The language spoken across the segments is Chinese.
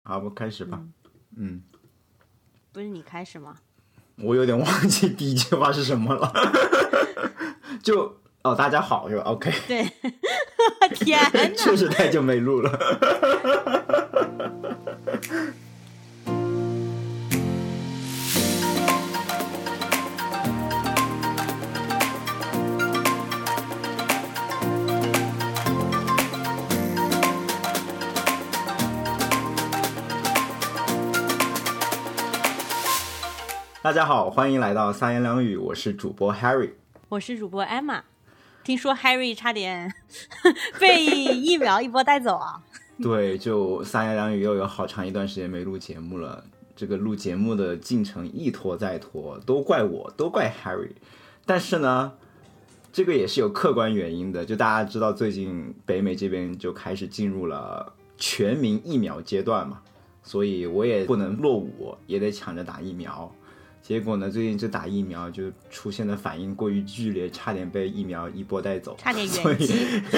好，我开始吧。 不是你开始吗？ 我有点忘记第一句话是什么了。就大家好是吧 ？OK。 对，天哪， 确实太久没录了。大家好，欢迎来到三言两语，我是主播 Harry， 我是主播 Emma。听说 Harry 差点被疫苗一波带走啊！ 对，就三言两语又有好长一段时间没录节目了，这个录节目的进程一拖再拖，都怪我，都怪 Harry。但是呢，这个也是有客观原因的，就大家知道最近北美这边就开始进入了全民疫苗阶段嘛，所以我也不能落伍，也得抢着打疫苗。结果呢，最近这打疫苗就出现的反应过于剧烈，差点被疫苗一波带走， 差点元气。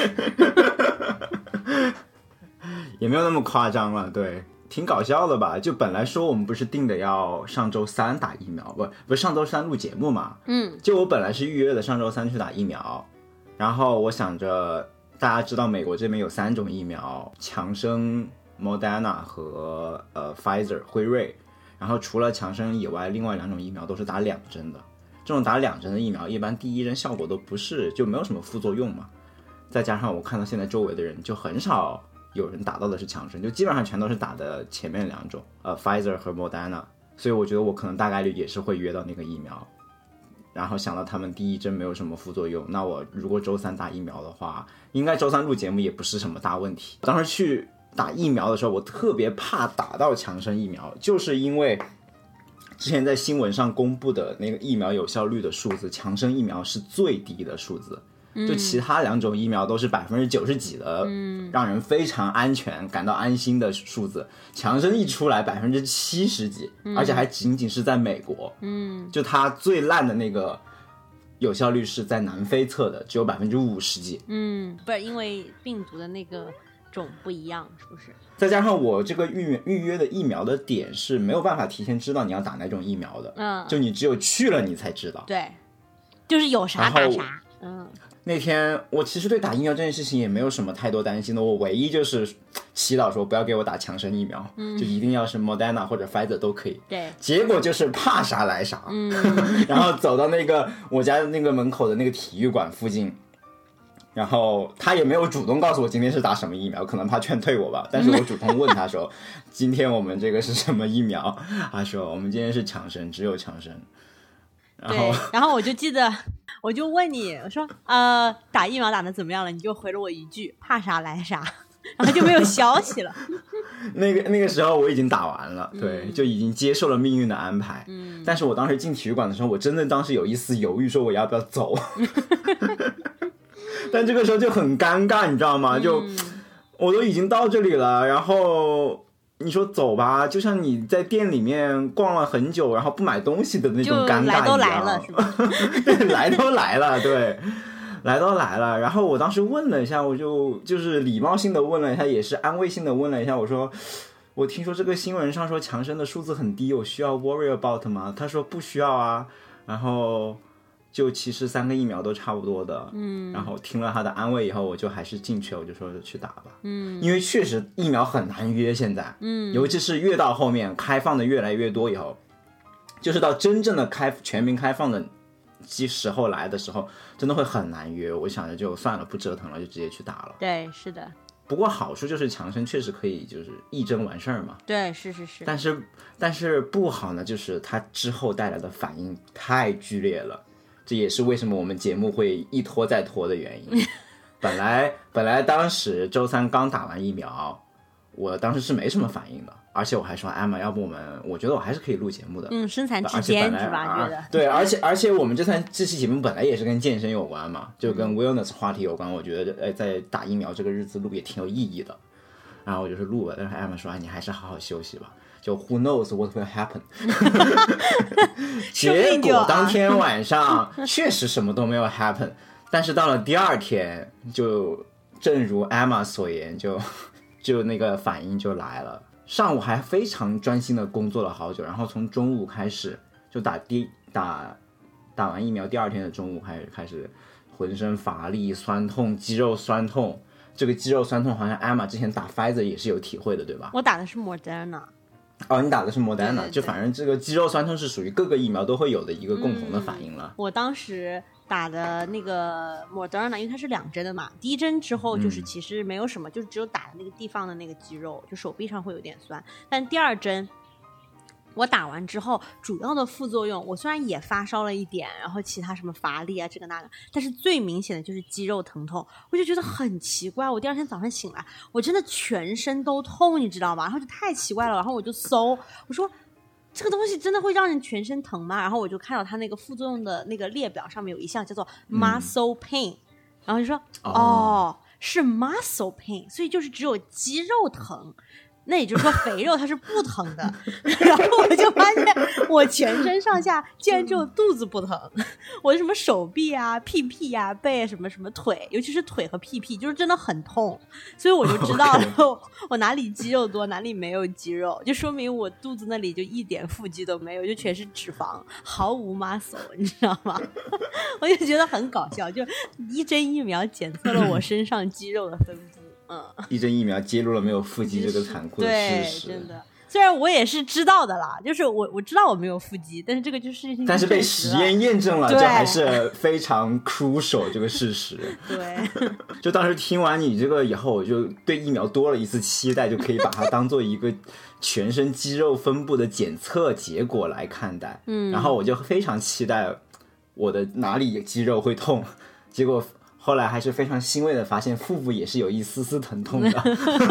也没有那么夸张了，对，挺搞笑的吧？就本来说我们不是定的要上周三打疫苗，不是上周三录节目嘛？就我本来是预约的上周三去打疫苗，然后我想着大家知道美国这边有3种疫苗，强生、Moderna 和Pfizer 辉瑞。然后除了强生以外，另外2种疫苗都是打2针的。这种打2针的疫苗，一般第1针效果都不是，就没有什么副作用嘛。再加上我看到现在周围的人，就很少有人打到的是强生，就基本上全都是打的前面2种，Pfizer 和 Moderna。所以我觉得我可能大概率也是会约到那个疫苗。然后想到他们第1针没有什么副作用，那我如果周三打疫苗的话，应该周三录节目也不是什么大问题。当时去打疫苗的时候，我特别怕打到强生疫苗，就是因为之前在新闻上公布的那个疫苗有效率的数字，强生疫苗是最低的数字，就其他2种疫苗都是90%几的，让人非常安全感到安心的数字，强生一出来70%几，而且还仅仅是在美国，就它最烂的那个有效率是在南非测的，只有50%几， 不是因为病毒的那个种不一样，是不是？ 再加上我这个预约的疫苗的点是没有办法提前知道你要打哪种疫苗的，就你只有去了你才知道。 对，就是有啥打啥。 那天我其实对打疫苗这件事情也没有什么太多担心的，我唯一就是祈祷说不要给我打强生疫苗，就一定要是 Moderna 或者 Pfizer 都可以。 对， 结果就是怕啥来啥，然后走到那个我家那个门口的那个体育馆附近。然后他也没有主动告诉我今天是打什么疫苗，可能怕劝退我吧。但是我主动问他说今天我们这个是什么疫苗，他说我们今天是强生，只有强生。 然后我就记得我就问你，我说打疫苗打得怎么样了，你就回了我一句怕啥来啥，然后就没有消息了。 那个时候我已经打完了，对，就已经接受了命运的安排。但是我当时进体育馆的时候，我真的当时有一丝犹豫，说我要不要走。但这个时候就很尴尬，你知道吗？就我都已经到这里了，然后你说走吧，就像你在店里面逛了很久，然后不买东西的那种尴尬一样。 来都来了，是吧？ 对，来都来了，对，来都来了。然后我当时问了一下，我就是礼貌性的问了一下，也是安慰性的问了一下，我说我听说这个新闻上说强生的数字很低，我需要 worry about 吗？他说不需要啊。然后就其实3个疫苗都差不多的，然后听了他的安慰以后，我就还是进去了，我就说去打吧，因为确实疫苗很难约现在，尤其是越到后面开放的越来越多以后，就是到真正的全民开放的时候来的时候，真的会很难约。我想着就算了，不折腾了，就直接去打了。 对，是的。 不过好处就是强生确实可以就是一针完事儿嘛。 对，是。 但是不好呢，就是它之后带来的反应太剧烈了。这也是为什么我们节目会一拖再拖的原因。本来当时周三刚打完疫苗，我当时是没什么反应的，而且我还说 Emma， 要不我觉得我还是可以录节目的。 身材之间是吧？觉得对，而且我们这期节目本来也是跟健身有关嘛，就跟 wellness 话题有关，我觉得在打疫苗这个日子录也挺有意义的。然后我就是录了，但是 Emma 说你还是好好休息吧。就 who knows what will happen 结果当天晚上确实什么都没有 happen， 但是到了第2天就正如 Emma 所言，就那个反应就来了， 上午还非常专心的工作了好久，然后从中午开始就打完疫苗，第二天的中午开始浑身乏力、酸痛、肌肉酸痛。这个肌肉酸痛好像艾玛之前打 Pfizer 也是有体会的，对吧？ 我打的是 Moderna。 哦，你打的是 Moderna， 对对对， 就反正这个肌肉酸痛是属于各个疫苗都会有的一个共同的反应了。 我当时打的那个 Moderna， 因为它是2针的嘛，第1针之后就是其实没有什么，就只有打的那个地方的那个肌肉，就手臂上会有点酸。但第2针我打完之后，主要的副作用，我虽然也发烧了一点，然后其他什么乏力啊这个那个，但是最明显的就是肌肉疼痛。我就觉得很奇怪，我第2天早上醒来，我真的全身都痛，你知道吗？然后就太奇怪了，然后我就搜，我说这个东西真的会让人全身疼吗？然后我就看到它那个副作用的那个列表上面有一项叫做 muscle pain，然后就说是 muscle pain， 所以就是只有肌肉疼。那也就是说肥肉它是不疼的然后我就发现我全身上下竟然只有肚子不疼，我什么手臂啊、屁屁啊、背什么什么腿，尤其是腿和屁屁就是真的很痛，所以我就知道了我哪里肌肉多哪里没有肌肉，就说明我肚子那里就一点腹肌都没有，就全是脂肪，毫无 muscle， 你知道吗我就觉得很搞笑，就1针疫苗检测了我身上肌肉的分布 1针疫苗揭露了没有腹肌这个残酷的事实。 对，真的。虽然我也是知道的啦，就是我知道我没有腹肌，但是这个就是但是被实验验证了，这还是非常 crucial 这个事实。 对， 就当时听完你这个以后，我就对疫苗多了一丝期待，就可以把它当做一个全身肌肉分布的检测结果来看待。然后我就非常期待我的哪里肌肉会痛，结果后来还是非常欣慰的发现腹部也是有一丝丝疼痛的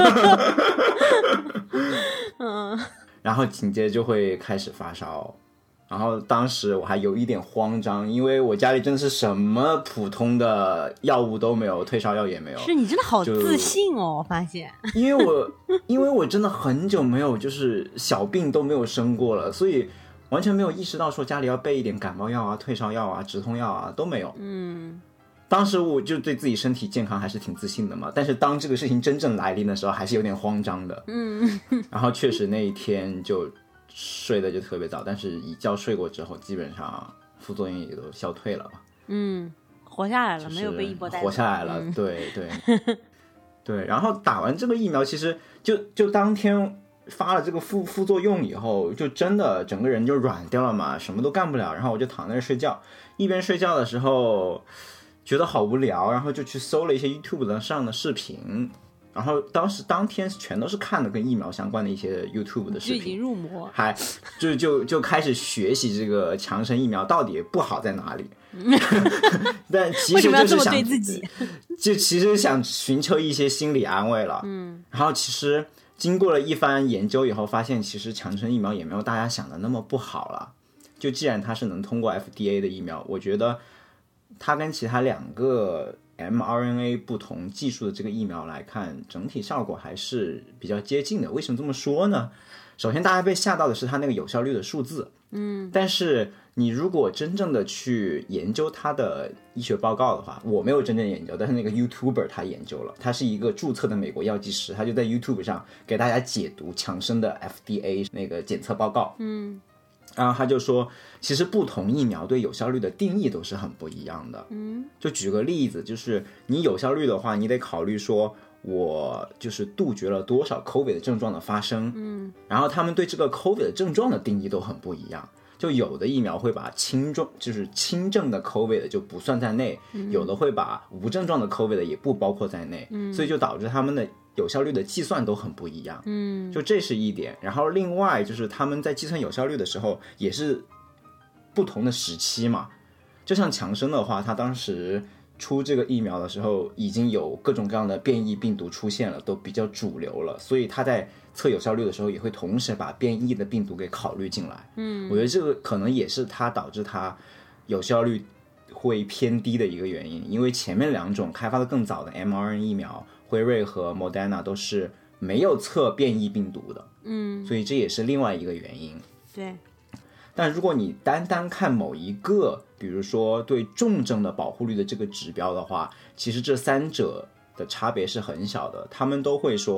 然后紧接着就会开始发烧，然后当时我还有一点慌张，因为我家里真的是什么普通的药物都没有，退烧药也没有。 是你真的好自信哦，我发现因为我真的很久没有就是小病都没有生过了，所以完全没有意识到说家里要备一点感冒药啊、退烧药啊、止痛药啊都没有。当时我就对自己身体健康还是挺自信的嘛，但是当这个事情真正来临的时候还是有点慌张的。然后确实那一天就睡得就特别早，但是一觉睡过之后基本上副作用也都消退了。 活下来了， 就是没有被一波带走， 活下来了。对对对，然后打完这个疫苗其实就当天发了这个副作用以后，就真的整个人就软掉了嘛，什么都干不了，然后我就躺在那睡觉，一边睡觉的时候觉得好无聊，然后就去搜了一些 YouTube 上的视频，然后当天全都是看的跟疫苗相关的一些 YouTube 的视频， 就已经入魔， 还就开始学习这个强生疫苗到底不好在哪里但其实就是想为什么要这么对自己就其实想寻求一些心理安慰了。然后其实经过了一番研究以后，发现其实强生疫苗也没有大家想的那么不好了。就既然它是能通过 FDA 的疫苗，我觉得它跟其他2个 mRNA 不同技术的这个疫苗来看，整体效果还是比较接近的。为什么这么说呢？首先大家被吓到的是它那个有效率的数字，但是你如果真正的去研究它的医学报告的话，我没有真正研究，但是那个 YouTuber 他研究了，他是一个注册的美国药剂师，他就在 YouTube 上给大家解读强生的 FDA 那个检测报告。然后他就说其实不同疫苗对有效率的定义都是很不一样的。就举个例子，就是你有效率的话，你得考虑说我就是杜绝了多少 COVID 的症状的发生。然后他们对这个 COVID 的症状的定义都很不一样，就有的疫苗会把轻症的 COVID 就不算在内，有的会把无症状的 COVID 也不包括在内，所以就导致他们的有效率的计算都很不一样。就这是一点。然后另外就是他们在计算有效率的时候也是不同的时期嘛，就像强生的话，他当时出这个疫苗的时候已经有各种各样的变异病毒出现了，都比较主流了，所以他在测有效率的时候也会同时把变异的病毒给考虑进来。我觉得这个可能也是它导致它有效率会偏低的一个原因，因为前面2种开发的更早的 mRNA 疫苗，辉瑞和 Moderna 都是没有测变异病毒的。所以这也是另外一个原因。 对。 但如果你单单看某一个，比如说对重症的保护率的这个指标的话，其实这3者的差别是很小的。他们都会说，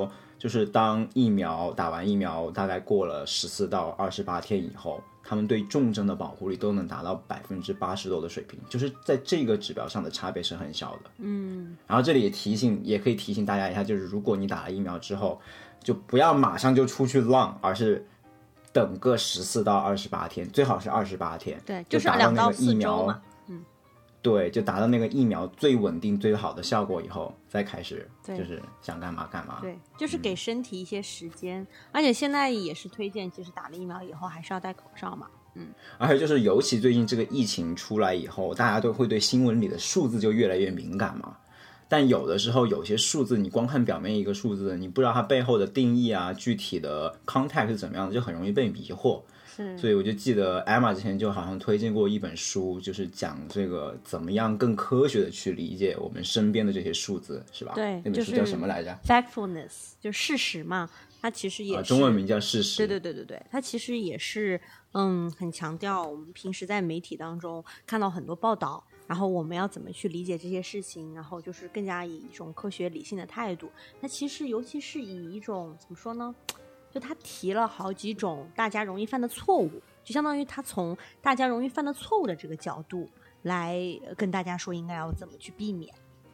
就是当打完疫苗大概过了14到28天以后，他们对重症的保护力都能达到80%多的水平，就是在这个指标上的差别是很小的。然后这里也可以提醒大家一下，就是如果你打了疫苗之后，就不要马上就出去浪，而是等个14到28天，最好是28天， 对，就是2到4周嘛。 对，就达到那个疫苗最稳定最好的效果以后，再开始就是想干嘛干嘛。 对，就是给身体一些时间，而且现在也是推荐，其实打了疫苗以后还是要戴口罩嘛。 而且就是尤其最近这个疫情出来以后，大家都会对新闻里的数字就越来越敏感嘛。但有的时候有些数字你光看表面一个数字，你不知道它背后的定义啊，具体的 context 是怎么样的，就很容易被迷惑。所以我就记得 Emma 之前就好像推荐过一本书，就是讲这个怎么样更科学的去理解我们身边的这些数字，是吧？ 对， 那本书叫什么来着？ Factfulness， 就事实嘛，它其实也是、 中文名叫事实。 对，它其实也是很强调我们平时在媒体当中看到很多报道，然后我们要怎么去理解这些事情，然后就是更加以一种科学理性的态度。它其实尤其是以一种怎么说呢，就他提了好几种大家容易犯的错误，就相当于他从大家容易犯的错误的这个角度来跟大家说应该要怎么去避免。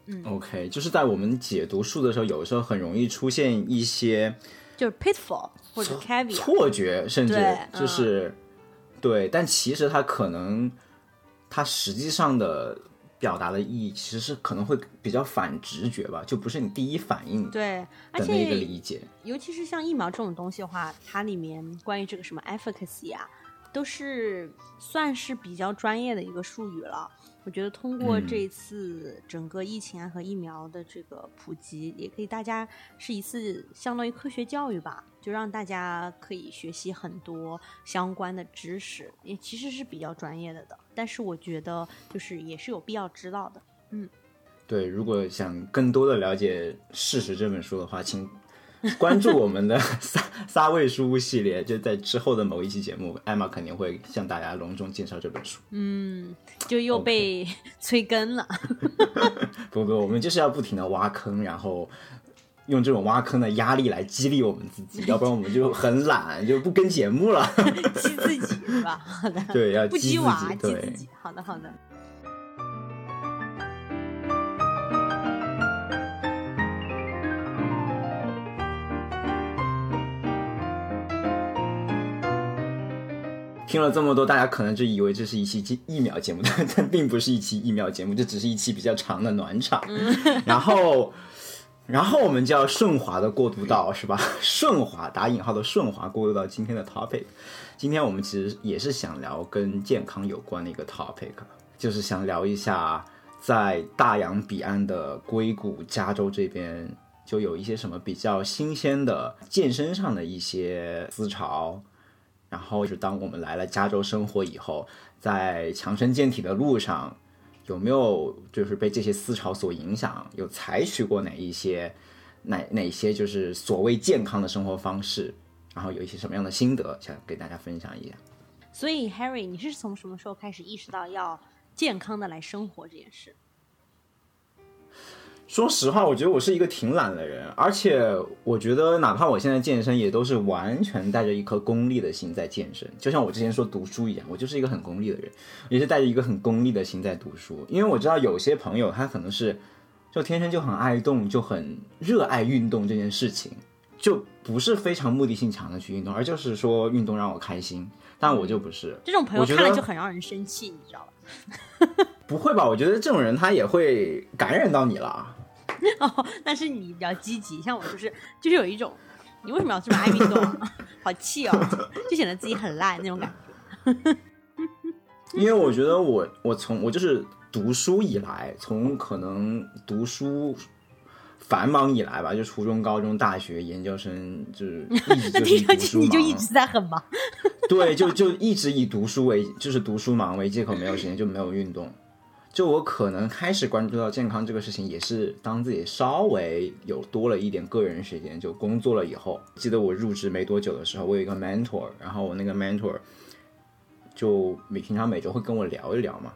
OK， 就是在我们解读数的时候，有的时候很容易出现一些就是 pitfall 或者 caveat 错觉，甚至就是对，但其实它实际上的表达的意义其实是可能会比较反直觉吧，就不是你第一反应的那个理解。 尤其是像疫苗这种东西的话，它里面关于这个什么 efficacy 啊，都是算是比较专业的一个术语了。我觉得通过这次整个疫情啊和疫苗的这个普及，也可以大家是一次相当于科学教育吧，就让大家可以学习很多相关的知识，也其实是比较专业的，但是我觉得就是也是有必要知道的。 对，如果想更多的了解《事实》这本书的话，请关注我们的撒味书屋系列，就在之后的某一期节目，艾玛肯定会向大家隆重介绍这本书。 就又被催更了。 不，我们就是要不停的挖坑，然后用这种挖坑的压力来激励我们自己，要不然我们就很懒，就不跟节目了。 激自己是吧？好的。 对，要不激娃， 自己。 激自己。好的。 听了这么多，大家可能就以为这是一期疫苗节目，但并不是一期疫苗节目，这只是一期比较长的暖场。然后我们就要顺滑的过渡到，是吧？顺滑打引号的顺滑过渡到今天的 topic。今天我们其实也是想聊跟健康有关的一个 topic， 就是想聊一下在大洋彼岸的硅谷加州这边，就有一些什么比较新鲜的健身上的一些思潮。然后就当我们来了加州生活以后，在强身健体的路上，有没有就是被这些思潮所影响，有采取过哪些就是所谓健康的生活方式，然后有一些什么样的心得想给大家分享一下。 所以 Harry， 你是从什么时候开始意识到要健康的来生活这件事？ 说实话，我觉得我是一个挺懒的人，而且我觉得哪怕我现在健身，也都是完全带着一颗功利的心在健身。就像我之前说读书一样，我就是一个很功利的人，也是带着一个很功利的心在读书。因为我知道有些朋友他可能是就天生就很爱动，就很热爱运动这件事情，就不是非常目的性强的去运动，而就是说运动让我开心。但我就不是这种朋友，看了就很让人生气，你知道吧？ 不会吧？我觉得这种人他也会感染到你了。 但是你比较积极，像我就是有一种，你为什么要这么爱运动啊？好气哦，就显得自己很烂那种感觉。 因为我觉得我就是读书以来，从可能读书繁忙以来吧，就初中、高中、大学、研究生，就是一直就是以读书忙。 你就一直在很忙。 对，就一直以读书忙为借口，没有时间就没有运动。就我可能开始关注到健康这个事情，也是当自己稍微有多了一点个人时间，就工作了以后。记得我入职没多久的时候，我有一个 mentor， 然后我那个 mentor 就平常每周会跟我聊一聊嘛，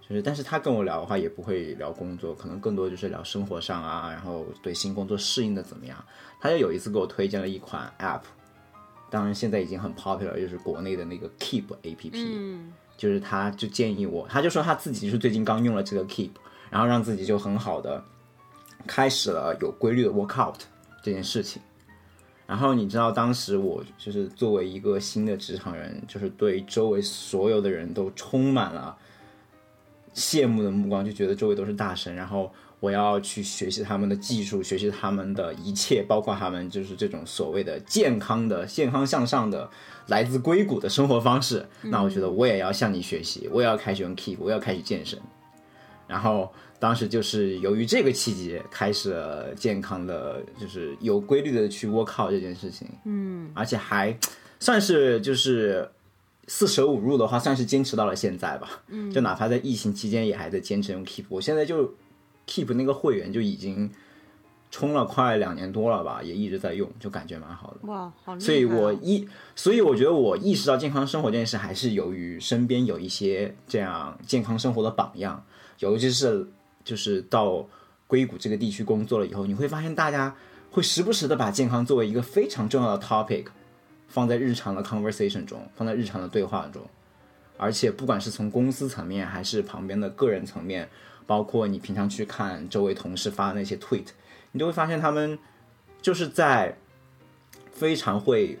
就是但是他跟我聊的话也不会聊工作，可能更多就是聊生活上啊，然后对新工作适应的怎么样。他就有一次给我推荐了一款 App， 当然现在已经很 popular， 就是国内的那个 Keep APP，就是他就建议我，他就说他自己就是最近刚用了这个 Keep， 然后让自己就很好的开始了有规律的 workout 这件事情。然后你知道当时我就是作为一个新的职场人，就是对周围所有的人都充满了羡慕的目光，就觉得周围都是大神，然后我要去学习他们的技术，学习他们的一切，包括他们就是这种所谓的健康向上的来自硅谷的生活方式。那我觉得我也要向你学习，我也要开始用 Keep， 我也要开始健身。然后当时就是由于这个契机开始了健康的，就是有规律的去 workout 这件事情。而且还算是就是四舍五入的话，算是坚持到了现在吧。就哪怕在疫情期间也还在坚持用 Keep。我现在就 Keep 那个会员就已经充了快2年多了吧，也一直在用，就感觉蛮好的。 哇，好厉害！ 所以我觉得我意识到健康生活这件事，还是由于身边有一些这样健康生活的榜样，尤其是就是到硅谷这个地区工作了以后，你会发现大家会时不时的把健康作为一个非常重要的 topic 放在日常的 conversation 中，放在日常的对话中。而且不管是从公司层面还是旁边的个人层面，包括你平常去看周围同事发的那些 tweet， 你就会发现他们就是在非常会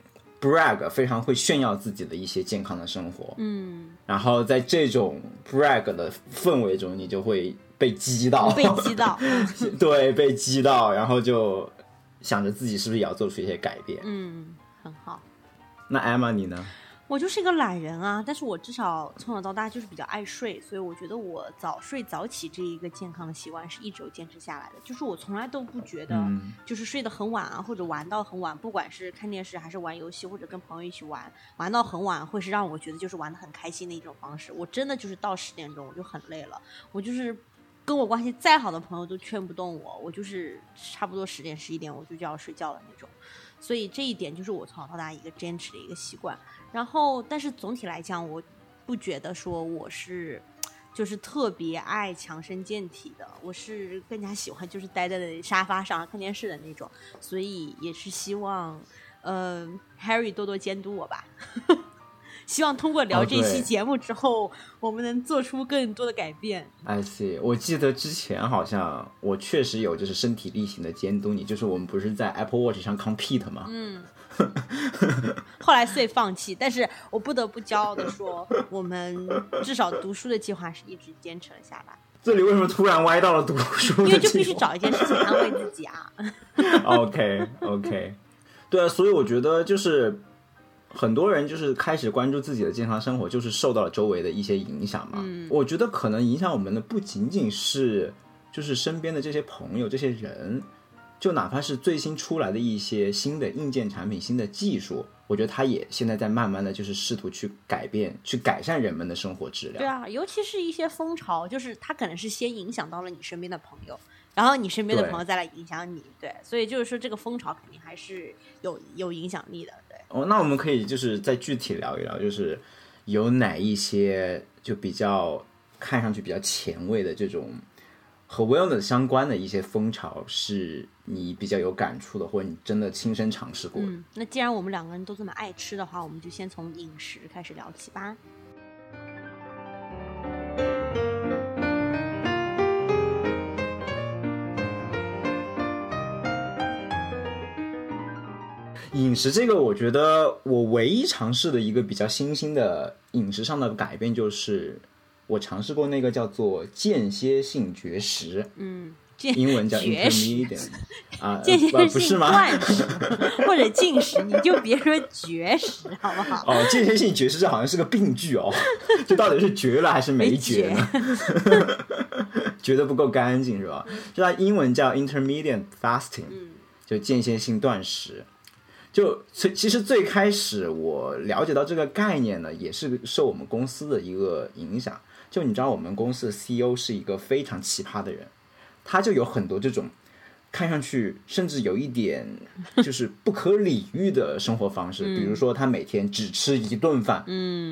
brag， 非常会炫耀自己的一些健康的生活。然后在这种 brag 的氛围中，你就会被激到，对，被激到，然后就想着自己是不是也要做出一些改变。 很好。 那 Emma 你呢？ 我就是一个懒人啊，但是我至少从小到大就是比较爱睡，所以我觉得我早睡早起这一个健康的习惯是一直有坚持下来的。就是我从来都不觉得就是睡得很晚啊，或者玩到很晚，不管是看电视还是玩游戏，或者跟朋友一起玩到很晚，会是让我觉得就是玩得很开心的一种方式。我真的就是到10点钟我就很累了，我就是跟我关系再好的朋友都劝不动我，我就是差不多10点11点我就要睡觉的那种。所以这一点就是我从小到大一个坚持的一个习惯。然后但是总体来讲，我不觉得说我是就是特别爱强身健体的，我是更加喜欢就是待在沙发上看电视的那种。所以也是希望Harry 多多监督我吧希望通过聊这期节目之后，我们能做出更多的改变。 I see， 我记得之前好像我确实有就是身体力行的监督你，就是我们不是在 Apple Watch 上 compete 吗？ 后来遂放弃，但是我不得不骄傲的说，我们至少读书的计划是一直坚持了下来。 这里为什么突然歪到了读书的计划？ 因为就必须找一件事情安慰自己啊。 OK， 对啊，所以我觉得就是很多人就是开始关注自己的健康生活，就是受到了周围的一些影响嘛。我觉得可能影响我们的不仅仅是就是身边的这些朋友这些人，就哪怕是最新出来的一些新的硬件产品新的技术，我觉得它也现在在慢慢的就是试图去改变去改善人们的生活质量。 对啊，尤其是一些风潮，就是它可能是先影响到了你身边的朋友，然后你身边的朋友再来影响你。 对，所以就是说这个风潮肯定还是有影响力的。对那我们可以就是再具体聊一聊，就是有哪一些就比较看上去比较前卫的这种和 wellness 相关的一些风潮是你比较有感触的，或者你真的亲身尝试过的。 那既然我们两个人都这么爱吃的话，我们就先从饮食开始聊起吧。 饮食这个我觉得我唯一尝试的一个比较新兴的饮食上的改变，就是我尝试过那个叫做间歇性绝食，英文叫 intermediate 间歇不是吗？ 断食或者禁食，你就别说绝食好不好？ 间歇性绝食这好像是个病句哦，这到底是绝了还是没绝呢？绝得不够干净是吧？就它英文叫 intermediate fasting，就间歇性断食。就其实最开始我了解到这个概念呢，也是受我们公司的一个影响。就你知道我们公司的 CEO 是一个非常奇葩的人，他就有很多这种看上去甚至有一点就是不可理喻的生活方式，比如说他每天只吃一顿饭，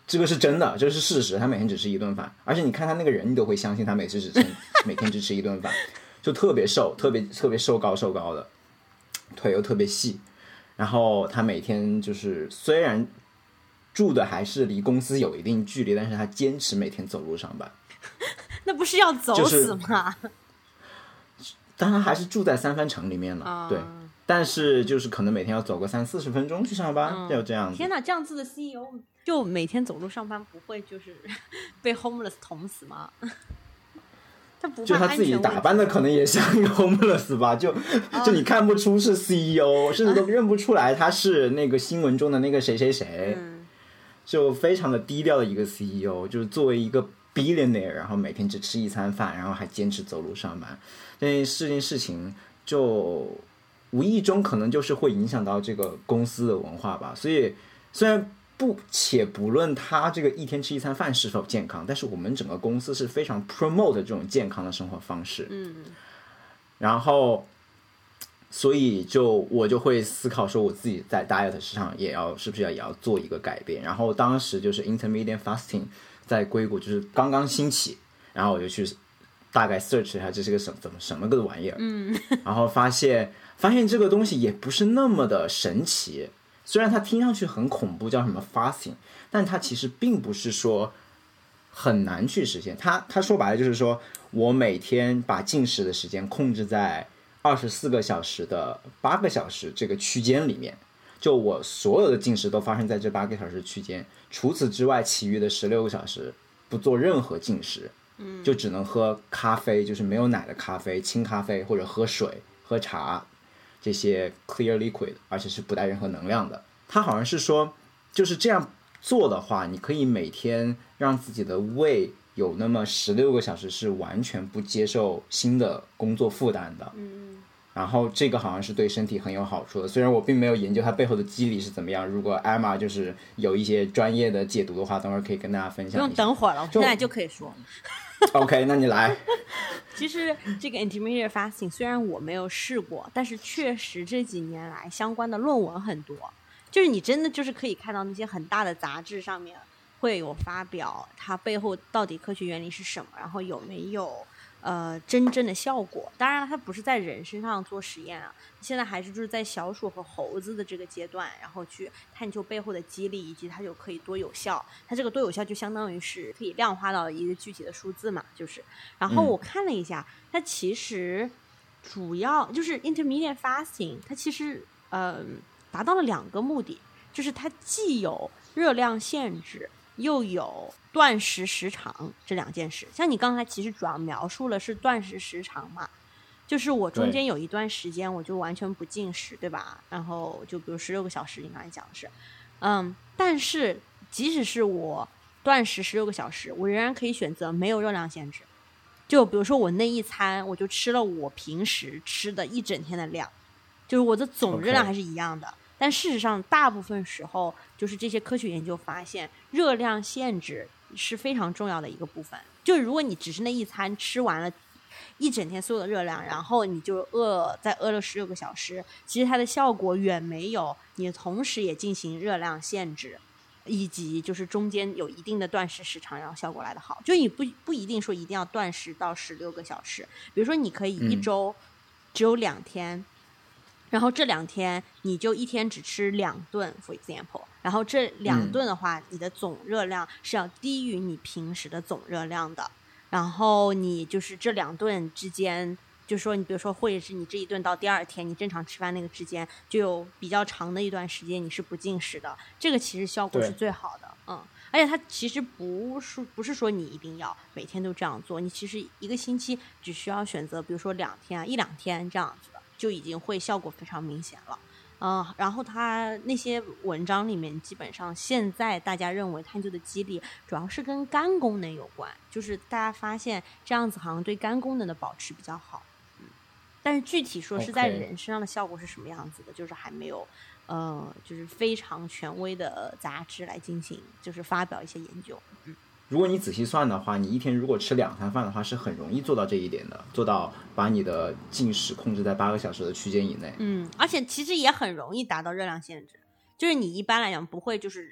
这个是真的，这个是事实，他每天只吃一顿饭，而且你看他那个人，你都会相信他每天只吃一顿饭，就特别瘦，特别瘦高的，腿又特别细，然后他每天就是虽然住的还是离公司有一定距离，但是他坚持每天走路上班。 那不是要走死吗？ 当然还是住在三藩城里面了，对。但是就是可能每天要走个30-40分钟去上班，要这样子。 天哪，这样子的 CEO 就每天走路上班，不会就是被 homeless 捅死吗？他不就他自己打扮的可能也像一个 homeless 吧，就你看不出是 CEO，甚至都认不出来他是那个新闻中的那个谁谁谁，就非常的低调的一个 CEO， 就是作为一个 billionaire， 然后每天只吃一餐饭，然后还坚持走路上班，这件事情就无意中可能就是会影响到这个公司的文化吧。所以虽然不论他这个一天吃一餐饭是否健康，但是我们整个公司是非常 promote 这种健康的生活方式。然后所以我就会思考说我自己在 diet 上是不是也要做一个改变。然后当时就是 intermittent fasting 在硅谷就是刚刚兴起，然后我就去大概 search 一下这是个什么个玩意儿，然后发现这个东西也不是那么的神奇，虽然它听上去很恐怖，叫什么 fasting， 但它其实并不是说很难去实现。它说白了就是说我每天把进食的时间控制在24个小时的8个小时这个区间里面，就我所有的进食都发生在这8个小时区间，除此之外其余的16个小时不做任何进食，就只能喝咖啡，就是没有奶的咖啡、清咖啡，或者喝水、喝茶，这些 clear liquid， 而且是不带任何能量的。他好像是说就是这样做的话，你可以每天让自己的胃有那么16个小时是完全不接受新的工作负担的。然后这个好像是对身体很有好处的，虽然我并没有研究它背后的机理是怎么样，如果 Emma 就是有一些专业的解读的话，等会儿可以跟大家分享一下。 不用等会儿了，我现在就可以说。 OK， 那你来。 其实这个 intermittent fasting 虽然我没有试过，但是确实这几年来相关的论文很多，就是你真的就是可以看到那些很大的杂志上面会有发表它背后到底科学原理是什么，然后有没有真正的效果。当然它不是在人身上做实验啊，现在还是就是在小鼠和猴子的这个阶段，然后去探究背后的机理以及它就可以多有效。它这个多有效就相当于是可以量化到一个具体的数字嘛，就是。然后我看了一下，它其实主要就是 intermittent fasting， 它其实达到了2个目的，就是它既有热量限制又有断食时长这2件事。像你刚才其实主要描述了是断食时长嘛，就是我中间有一段时间我就完全不进食，对吧？然后就比如16个小时，你刚才讲的是但是即使是我断食16个小时，我仍然可以选择没有热量限制。就比如说我那一餐我就吃了我平时吃的一整天的量，就是我的总热量还是一样的。但事实上大部分时候就是这些科学研究发现热量限制是非常重要的一个部分。就如果你只是那一餐吃完了一整天所有的热量，然后你就再饿了16个小时，其实它的效果远没有你同时也进行热量限制以及就是中间有一定的断食时长然后效果来的好。就你不一定说一定要断食到16个小时，比如说你可以一周只有2天，然后这2天你就一天只吃2顿 for example， 然后这2顿的话你的总热量是要低于你平时的总热量的。然后你就是这2顿之间，就说你比如说或者是你这一顿到第2天你正常吃饭那个之间就有比较长的一段时间你是不进食的，这个其实效果是最好的。而且它其实不是说你一定要每天都这样做，你其实1个星期只需要选择比如说2天啊1-2天这样子的，就已经会效果非常明显了。然后它那些文章里面基本上现在大家认为探究的机理主要是跟肝功能有关，就是大家发现这样子好像对肝功能的保持比较好。但是具体说是在人身上的效果是什么样子的，就是还没有就是非常权威的杂志来进行就是发表一些研究。 如果你仔细算的话，你一天如果吃2餐饭的话是很容易做到这一点的，做到把你的进食控制在8个小时的区间以内。 而且其实也很容易达到热量限制，就是你一般来讲不会就是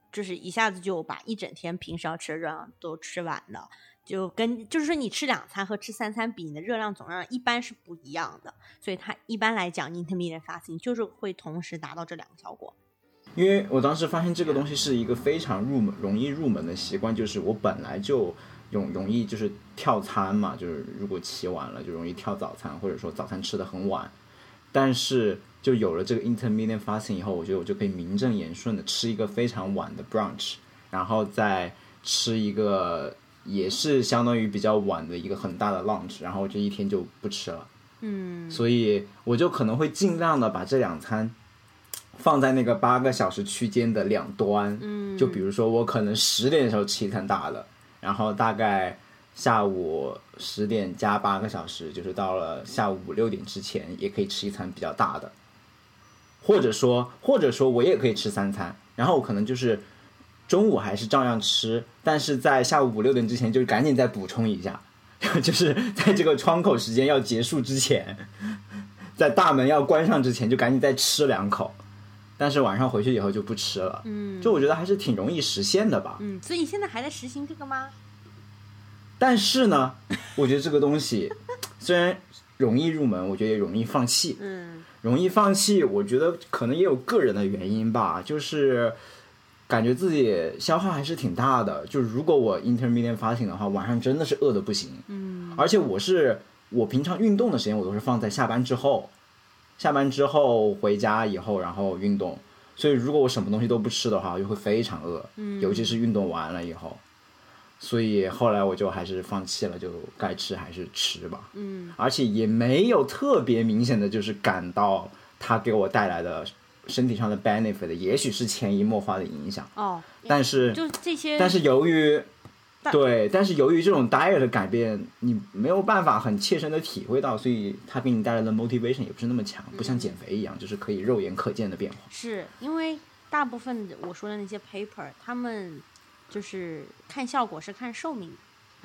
就是一下子就把一整天平时要吃的热量都吃完的，就是说你吃2餐和吃3餐比，你的热量总量一般是不一样的，所以它一般来讲 intermittent fasting 就是会同时达到这2个效果。 因为我当时发现这个东西是一个非常容易入门的习惯，就是我本来就容易就是跳餐嘛，就是如果起晚了就容易跳早餐，或者说早餐吃得很晚，但是就有了这个 intermittent fasting 以后，我觉得我就可以名正言顺的吃一个非常晚的 brunch， 然后再吃一个也是相当于比较晚的一个很大的 lunch， 然后这一天就不吃了。所以我就可能会尽量的把这2餐放在那个8个小时区间的两端，就比如说我可能10点的时候吃一餐大的，然后大概下午10点加8个小时，就是到了下午5、6点之前也可以吃一餐比较大的，或者说我也可以吃3餐，然后我可能就是中午还是照样吃，但是在下午5、6点之前就赶紧再补充一下，就是在这个窗口时间要结束之前，在大门要关上之前就赶紧再吃2口，但是晚上回去以后就不吃了。就我觉得还是挺容易实现的吧。 所以你现在还在实行这个吗？ 但是呢，我觉得这个东西虽然容易入门，我觉得也容易放弃。容易放弃，我觉得可能也有个人的原因吧，就是感觉自己消耗还是挺大的。就是如果我 intermittent fasting 的话，晚上真的是饿得不行。而且我平常运动的时间我都是放在下班之后回家以后然后运动，所以如果我什么东西都不吃的话，我就会非常饿。尤其是运动完了以后。所以后来我就还是放弃了，就该吃还是吃吧。而且也没有特别明显的就是感到它给我带来的身体上的 benefit， 也许是潜移默化的影响。但是就这些， 但是由于这种 diet 的改变，你没有办法很切身的体会到，所以它给你带来的 motivation 也不是那么强，不像减肥一样，就是可以肉眼可见的变化。 是因为大部分我说的那些 paper， 他们就是看效果是看寿命。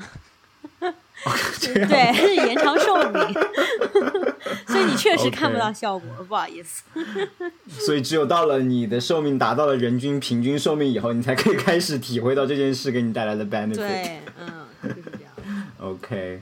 对，是延长寿命。所以你确实看不到效果。不好意思。 所以只有到了你的寿命达到了人均平均寿命以后，你才可以开始体会到这件事给你带来的 benefit。 对，就是这样。 OK。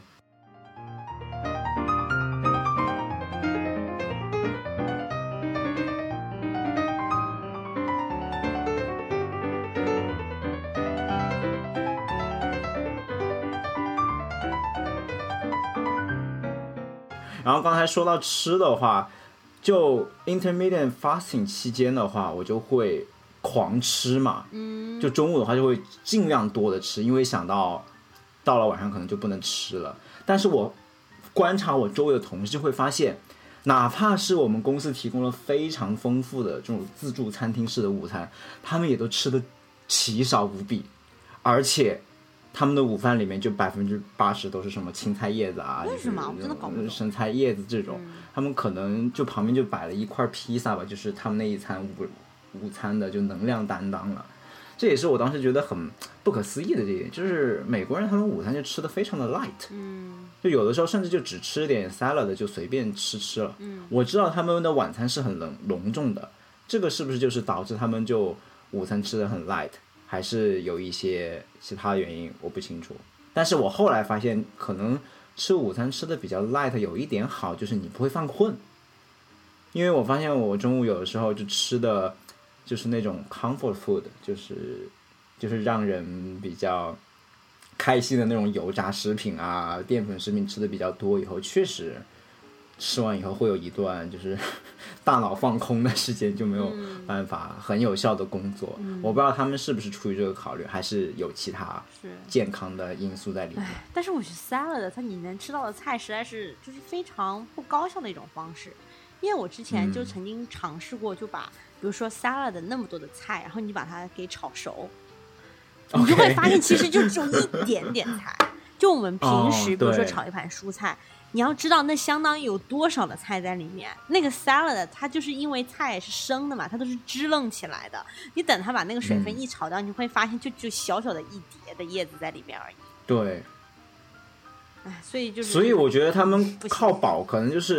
然后刚才说到吃的话，就 intermittent fasting 期间的话，我就会狂吃嘛。就中午的话就会尽量多的吃，因为想到了晚上可能就不能吃了。但是我观察我周围的同事会发现，哪怕是我们公司提供了非常丰富的这种自助餐厅式的午餐，他们也都吃得奇少无比，而且他们的午饭里面就80%都是什么青菜叶子啊， 为什么我真的搞不懂生菜叶子这种。他们可能就旁边就摆了一块披萨吧，就是他们那一餐午餐的就能量担当了。这也是我当时觉得很不可思议的这一点，就是美国人他们午餐就吃的非常的 light，就有的时候甚至就只吃点 salad 就随便吃了。我知道他们的晚餐是很隆重的，这个是不是就是导致他们就午餐吃的很 light，还是有一些其他原因我不清楚。但是我后来发现可能吃午餐吃的比较 light 有一点好，就是你不会犯困。因为我发现我中午有的时候就吃的就是那种 comfort food， 就是让人比较开心的那种油炸食品啊淀粉食品吃的比较多，以后确实吃完以后会有一段就是大脑放空的时间，就没有办法很有效的工作。我不知道他们是不是出于这个考虑，还是有其他健康的因素在里面。 但是我觉得 salad 它你能吃到的菜实在是就是非常不高效的一种方式。因为我之前就曾经尝试过，就把比如说 salad 的那么多的菜，然后你把它给炒熟，你就会发现其实就只有一点点菜。就我们平时比如说炒一盘蔬菜，你要知道那相当于有多少的菜在里面。那个 salad 它就是因为菜是生的嘛，它都是支棱起来的，你等它把那个水分一炒掉，你会发现就小小的一碟的叶子在里面而已。 对， 所以我觉得他们靠饱可能就是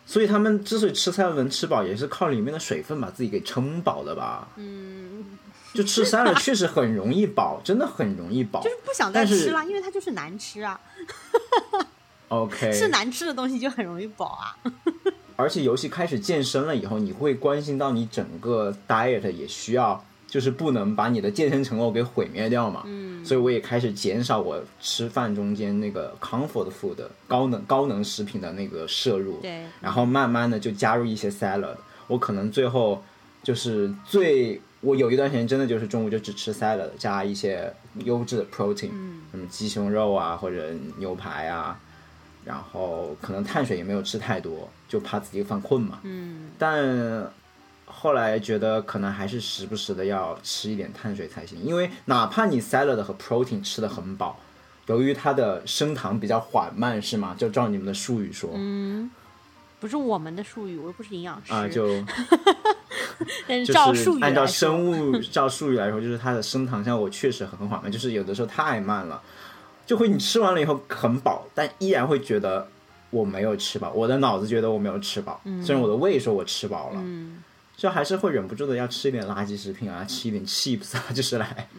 所以他们之所以吃salad能吃饱，也是靠里面的水分把自己给撑饱的吧。就吃salad确实很容易饱，真的很容易饱， 就是不想再吃了，因为它就是难吃啊。 OK， 吃难吃的东西就很容易饱啊。 而且尤其开始健身了以后，你会关心到你整个 diet 也需要，就是不能把你的健身成果给毁灭掉嘛。所以我也开始减少我吃饭中间那个 comfort food 高能食品的那个摄入。 对， 然后慢慢的就加入一些 salad。我可能最后就是我有一段时间真的就是中午就只吃 salad， 加一些优质的 protein，什么鸡胸肉啊或者牛排啊。然后可能碳水也没有吃太多，就怕自己犯困嘛。但后来觉得可能还是时不时的要吃一点碳水才行，因为哪怕你 salad 和 protein 吃的很饱，由于它的升糖比较缓慢，是吗？就照你们的术语说。 不是我们的术语，我又不是营养师啊， 但是照术语来说， 按照照术语来说，就是它的升糖效果确实很缓慢，就是有的时候太慢了。就会你吃完了以后很饱，但依然会觉得我没有吃饱，我的脑子觉得我没有吃饱，虽然我的胃说我吃饱了，就还是会忍不住的要吃一点垃圾食品啊，吃一点 chips 啊，就是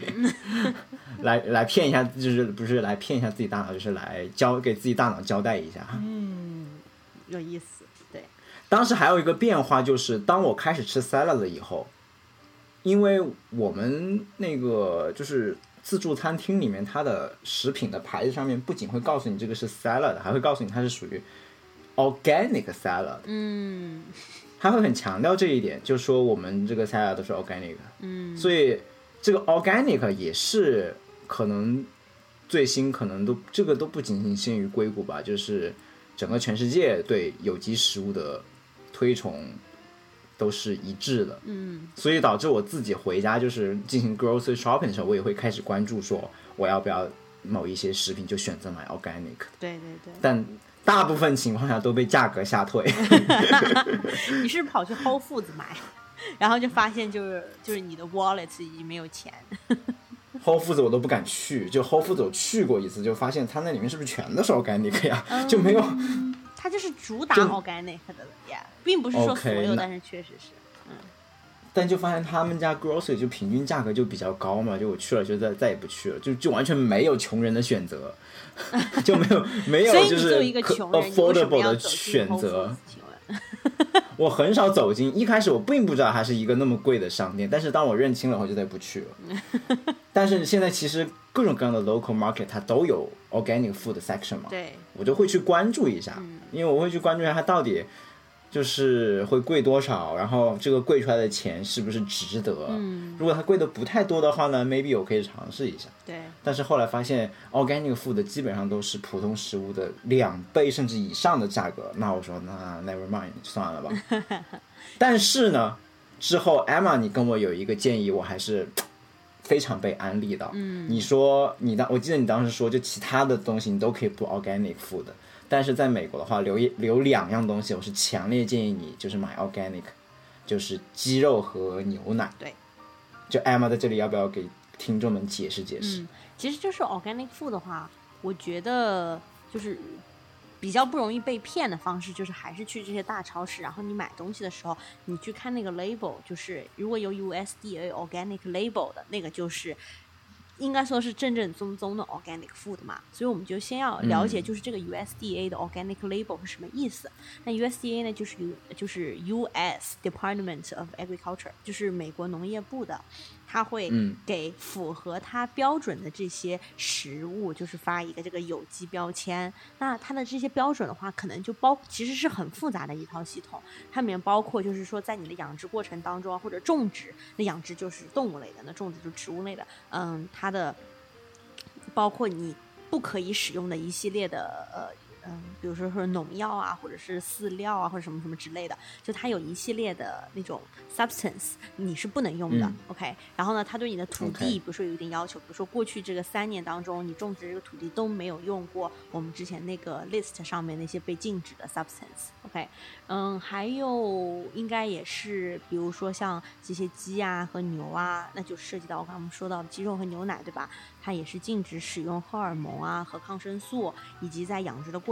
来骗一下，就是不是来骗一下自己大脑，就是来给自己大脑交代一下。 有意思。对， 当时还有一个变化就是，当我开始吃 salad 了以后，因为我们那个就是自助餐厅里面，它的食品的牌子上面不仅会告诉你这个是 salad， 还会告诉你它是属于 organic salad。还会很强调这一点，就说我们这个 salad 都是 organic。所以这个 organic 也是可能最新，可能这个都不仅限于硅谷吧，就是整个全世界对有机食物的推崇都是一致的。所以导致我自己回家就是进行 grocery shopping 的时候，我也会开始关注说我要不要某一些食品就选择买 organic。 对， 但大部分情况下都被价格吓退。 你是跑去 Whole Foods 买，然后就发现就是你的 wallet 已经没有钱。 Whole Foods 我都不敢去，就 Whole Foods 我去过一次，就发现它那里面是不是全都是 organic 呀？就没有。 它就是主打 organic 的呀，并不是说所有，但是确实是。 但就发现他们家 grocery 就平均价格就比较高嘛，就我去了就再也不去了，就完全没有穷人的选择。就没有就是 affordable 的选择。我很少走进，一开始我并不知道它是一个那么贵的商店，但是当我认清了后就再也不去了。但是现在其实各种各样的 local market 它都有 organic food section 嘛， 对， 我就会去关注一下，因为我会去关注一下它到底就是会贵多少，然后这个贵出来的钱是不是值得。如果它贵的不太多的话呢 maybe 我可以尝试一下。 对， 但是后来发现 organic food 基本上都是普通食物的2倍甚至以上的价格，那我说那 never mind 算了吧。但是呢之后 Emma 你跟我有一个建议，我还是非常被安利到。你说我记得你当时说就其他的东西你都可以不 organic food，但是在美国的话留2样东西我是强烈建议你就是买 organic， 就是鸡肉和牛奶。 对， 就 Emma 在这里要不要给听众们解释解释？ 其实就是 organic food 的话，我觉得就是比较不容易被骗的方式，就是还是去这些大超市，然后你买东西的时候你去看那个 label， 就是如果有 USDA organic label 的那个就是应该说是正正宗宗的 organic food 嘛，所以我们就先要了解就是这个 USDA 的 organic label 是什么意思。那 USDA 呢就是 US Department of Agriculture， 就是美国农业部的，它会给符合它标准的这些食物就是发一个这个有机标签。那它的这些标准的话可能就其实是很复杂的一套系统，它里面包括就是说在你的养殖过程当中或者种植，那养殖就是动物类的，那种植就是植物类的，它的包括你不可以使用的一系列的比如说农药啊，或者是饲料啊，或者什么什么之类的，就它有一系列的那种 substance 你是不能用的。OK， 然后呢它对你的土地比如说有一点要求，比如说过去这个3年当中你种植这个土地都没有用过我们之前那个 list 上面那些被禁止的 substance。 OK， 还有应该也是比如说像这些鸡啊和牛啊，那就涉及到我刚刚说到的鸡肉和牛奶，对吧？它也是禁止使用荷尔蒙啊和抗生素，以及在养殖的过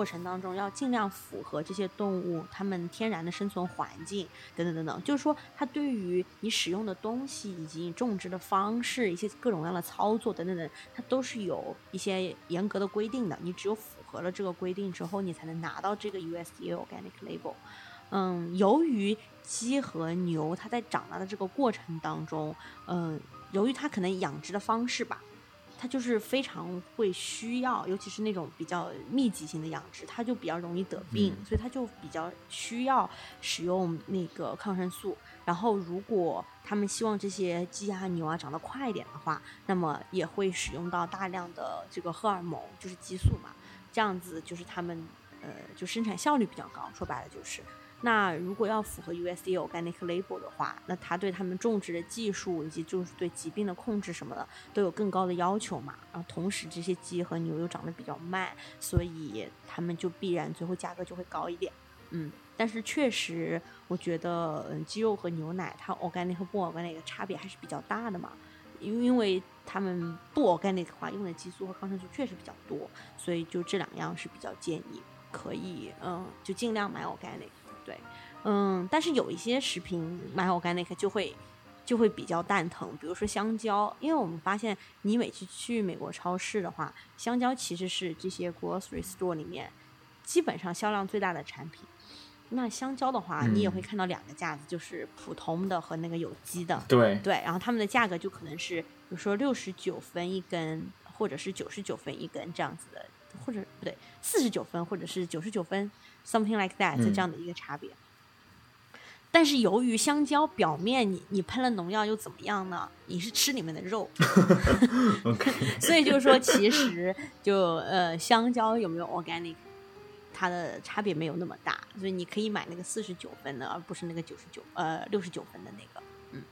过程当中要尽量符合这些动物它们天然的生存环境等等等等，就是说它对于你使用的东西以及你种植的方式一些各种各样的操作等等等，它都是有一些严格的规定的，你只有符合了这个规定之后你才能拿到这个 USDA Organic Label。由于鸡和牛它在长大的这个过程当中，由于它可能养殖的方式吧，它就是非常会需要，尤其是那种比较密集型的养殖，它就比较容易得病，所以它就比较需要使用那个抗生素。然后如果他们希望这些鸡啊牛啊长得快一点的话，那么也会使用到大量的这个荷尔蒙，就是激素嘛，这样子就是他们就生产效率比较高，说白了就是。那如果要符合 USDA Organic Label 的话，那它对他们种植的技术以及就是对疾病的控制什么的都有更高的要求嘛。然后同时这些鸡和牛又长得比较慢，所以他们就必然最后价格就会高一点。但是确实我觉得鸡肉和牛奶它 Organic 和不 Organic 的差别还是比较大的嘛，因为他们不 Organic 的话用的激素和抗生素确实比较多，所以就这两样是比较建议可以就尽量买 Organic。对，但是有一些食品买 organic 就会比较蛋疼，比如说香蕉，因为我们发现你每次去美国超市的话，香蕉其实是这些 grocery store 里面基本上销量最大的产品。那香蕉的话，你也会看到两个架子，就是普通的和那个有机的。 对， 然后他们的价格就可能是，比如说69分一根，或者是99分一根这样子的，或者不对，49分或者是99分 ，something like that 这样的一个差别。但是由于香蕉表面你喷了农药又怎么样呢？你是吃里面的肉，所以就是说其实就香蕉有没有 organic， 它的差别没有那么大，所以你可以买那个49分的，而不是那个69分的那个。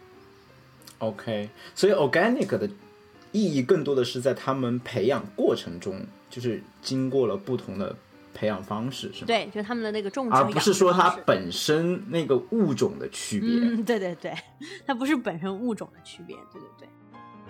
OK， 所以 organic 的意义更多的是在他们培养过程中，就是经过了不同的培养方式，是吗？ 对，就是他们的那个种植， 而不是说它本身那个物种的区别。 对对对，它不是本身物种的区别，对对对。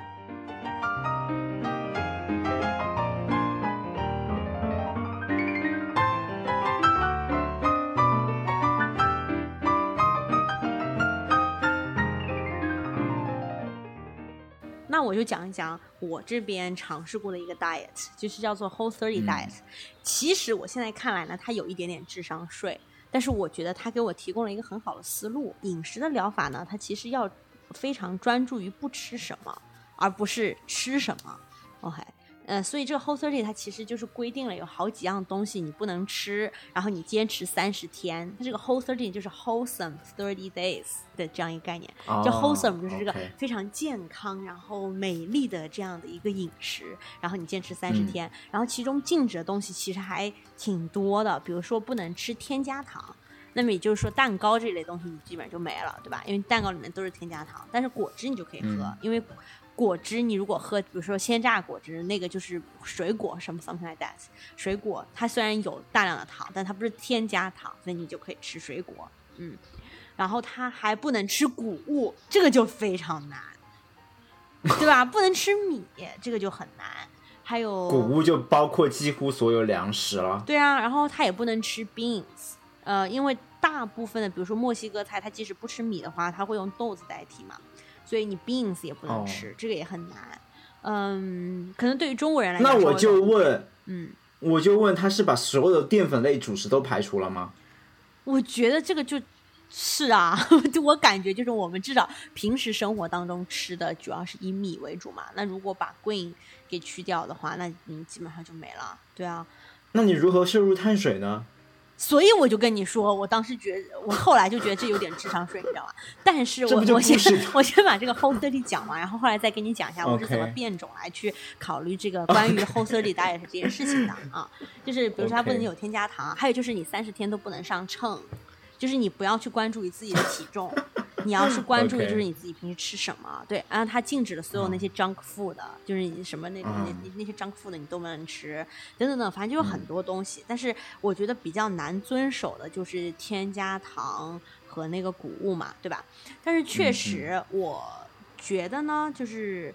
那我就讲一讲我这边尝试过的一个 diet， 就是叫做 Whole30 diet。其实我现在看来呢，它有一点点智商税，但是我觉得它给我提供了一个很好的思路。饮食的疗法呢，它其实要非常专注于不吃什么，而不是吃什么。OK。所以这个 Whole30 它其实就是规定了有好几样东西你不能吃，然后你坚持30天。它这个 Whole30 就是 Wholesome 30 days 的这样一个概念，叫 Wholesome 就是这个非常健康然后美丽的这样的一个饮食，然后你坚持30天，然后其中禁止的东西其实还挺多的，比如说不能吃添加糖。那么也就是说蛋糕这类东西你基本上就没了，对吧？因为蛋糕里面都是添加糖，但是果汁你就可以喝，因为果汁你如果喝比如说鲜榨果汁，那个就是水果什么 something like that， 水果它虽然有大量的糖，但它不是添加糖，所以你就可以吃水果。然后它还不能吃谷物，这个就非常难，对吧？不能吃米，这个就很难。还有谷物就包括几乎所有粮食了。 对啊，然后它也不能吃 beans，因为大部分的比如说墨西哥菜，它即使不吃米的话，它会用豆子代替嘛，所以你 beans 也不能吃，这个也很难。可能对于中国人来讲， 那我就问，他是把所有的淀粉类主食都排除了吗？ 我觉得这个就是啊，我感觉就是我们至少平时生活当中吃的主要是以米为主嘛。那如果把 grain 给去掉的话，那你基本上就没了。对啊， 那你如何摄入碳水呢？ 所以我就跟你说，我当时我后来就觉得这有点智商税，你知道吗？但是我先把这个 Whole30 讲完，然后后来再跟你讲一下我是怎么变种来去考虑这个关于 Whole30 diet 这件事情的啊。就是比如说它不能有添加糖，还有就是你30天都不能上秤，就是你不要去关注于自己的体重，你要是关注于就是你自己平时吃什么。对，然后它禁止了所有那些 junk food，就是你什么那些 junk food 你都不能吃，等等等，反正就有很多东西。但是我觉得比较难遵守的就是添加糖和那个谷物嘛，对吧？但是确实我觉得呢，就是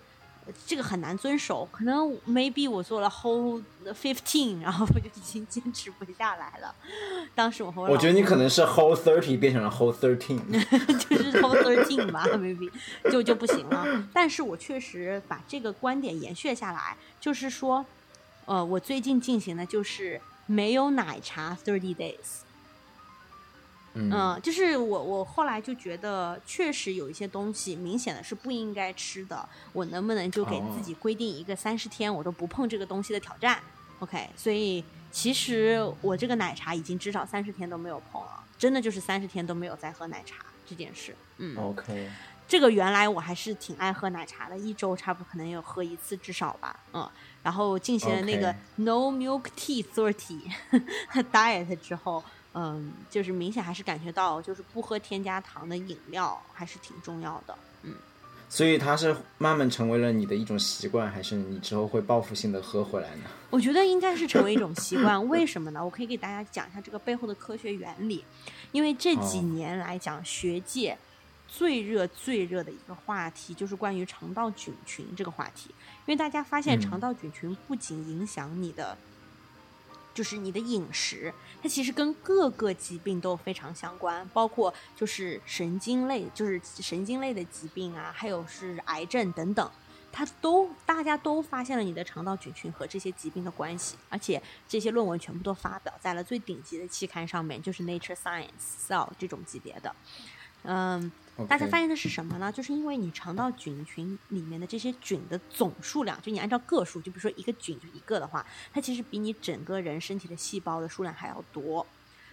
这个很难遵守，可能 maybe 我做了 whole 15，然后我就已经坚持不下来了。当时我觉得你可能是 whole 30变成了 whole 13， 就是 whole 13吧 ，maybe 就不行了。但是我确实把这个观点延续下来，就是说，我最近进行的就是没有奶茶30 days。就是我后来就觉得，确实有一些东西明显的是不应该吃的，我能不能就给自己规定一个30天我都不碰这个东西的挑战 ？OK， 所以其实我这个奶茶已经至少30天都没有碰了，真的就是30天都没有再喝奶茶这件事。 OK， 这个原来我还是挺爱喝奶茶的，一周差不多可能有喝1次至少吧。然后进行了那个 No Milk Tea 30 diet 之后。就是明显还是感觉到，就是不喝添加糖的饮料还是挺重要的。 所以它是慢慢成为了你的一种习惯，还是你之后会报复性的喝回来呢？ 我觉得应该是成为一种习惯。为什么呢？我可以给大家讲一下这个背后的科学原理。因为这几年来讲，学界最热的一个话题就是关于肠道菌群这个话题。因为大家发现肠道菌群不仅影响你的就是你的饮食，它其实跟各个疾病都非常相关，包括就是神经类的疾病啊，还有是癌症等等，大家都发现了你的肠道菌群和这些疾病的关系，而且这些论文全部都发表在了最顶级的期刊上面，就是 Nature Science、Cell 这种级别的。大家发现的是什么呢？就是因为你肠道菌群里面的这些菌的总数量，就你按照个数，就比如说一个菌就一个的话，它其实比你整个人身体的细胞的数量还要多。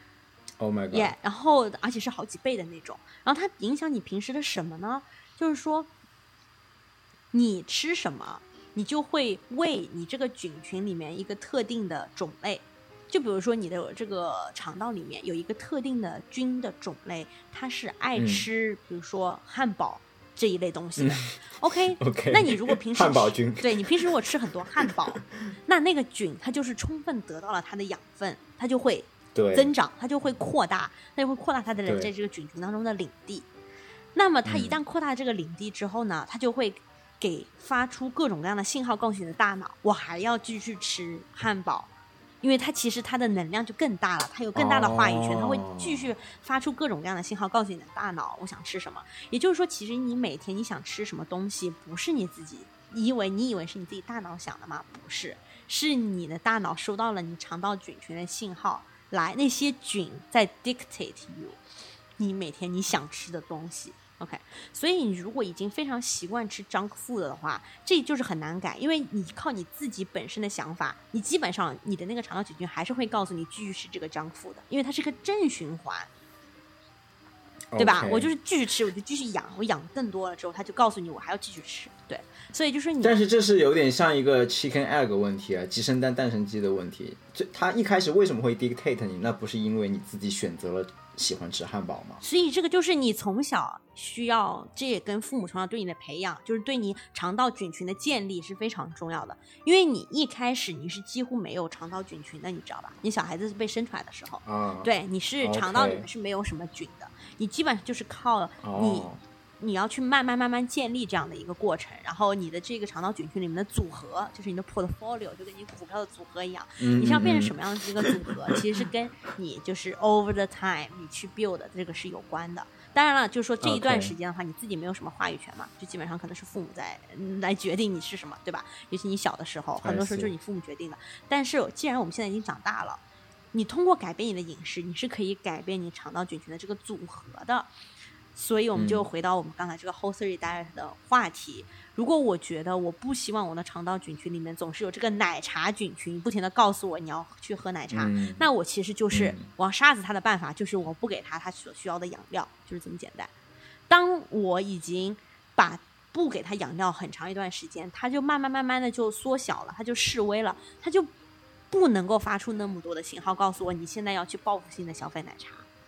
Oh my god！ 然后而且是好几倍的那种。然后它影响你平时的什么呢？就是说，你吃什么，你就会喂你这个菌群里面一个特定的种类。就比如说你的这个肠道里面有一个特定的菌的种类，它是爱吃比如说汉堡这一类东西的。OK， 那你如果平时汉堡菌， 对，你平时如果吃很多汉堡，那个菌它就是充分得到了它的养分，它就会增长，它就会扩大，它的在这个菌群当中的领地。那么它一旦扩大这个领地之后呢，它就会发出各种各样的信号告诉你的大脑，我还要继续吃汉堡。因为它其实它的能量就更大了，它有更大的话语权，它会继续发出各种各样的信号告诉你的大脑我想吃什么。也就是说，其实你每天你想吃什么东西，不是你自己你以为是你自己大脑想的吗？不是，是你的大脑收到了你肠道菌群的信号，那些菌在 dictate you 你每天你想吃的东西。OK， 所以你如果已经非常习惯吃 junk food 的话，这就是很难改，因为你靠你自己本身的想法，你基本上你的那个肠道菌群还是会告诉你继续吃这个 junk food 的，因为它是个正循环，对吧？我就是继续吃，我就继续养，我养更多了之后，它就告诉你我还要继续吃，对，所以就是但是这是有点像一个 chicken egg 问题啊，鸡生蛋蛋生鸡的问题。它一开始为什么会 dictate 你？那不是因为你自己选择了喜欢吃汉堡吗？ 所以这个就是你从小需要，这也跟父母从小对你的培养，就是对你肠道菌群的建立是非常重要的。因为你一开始你是几乎没有肠道菌群的，你知道吧？你小孩子是被生出来的时候，对，你是肠道里面是没有什么菌的，你基本上就是靠你要去慢慢建立这样的一个过程，然后你的这个肠道菌群里面的组合，就是你的 portfolio， 就跟你股票的组合一样，你是要变成什么样的一个组合，其实是跟你就是 over the time 你去 build 的这个是有关的。当然了，就是说这一段时间的话，你自己没有什么话语权嘛，就基本上可能是父母来决定你是什么，对吧？尤其你小的时候，很多时候就是你父母决定的。但是既然我们现在已经长大了，你通过改变你的饮食，你是可以改变你肠道菌群的这个组合的。所以我们就回到我们刚才这个 whole 30 diet 的话题。如果我觉得我不希望我的肠道菌群里面总是有这个奶茶菌群不停的告诉我你要去喝奶茶，那我其实就是我要杀死它的办法就是我不给它所需要的养料，就是这么简单。当我已经不给它养料很长一段时间，它就慢慢的就缩小了，它就式微了，它就不能够发出那么多的信号告诉我你现在要去报复性的消费奶茶。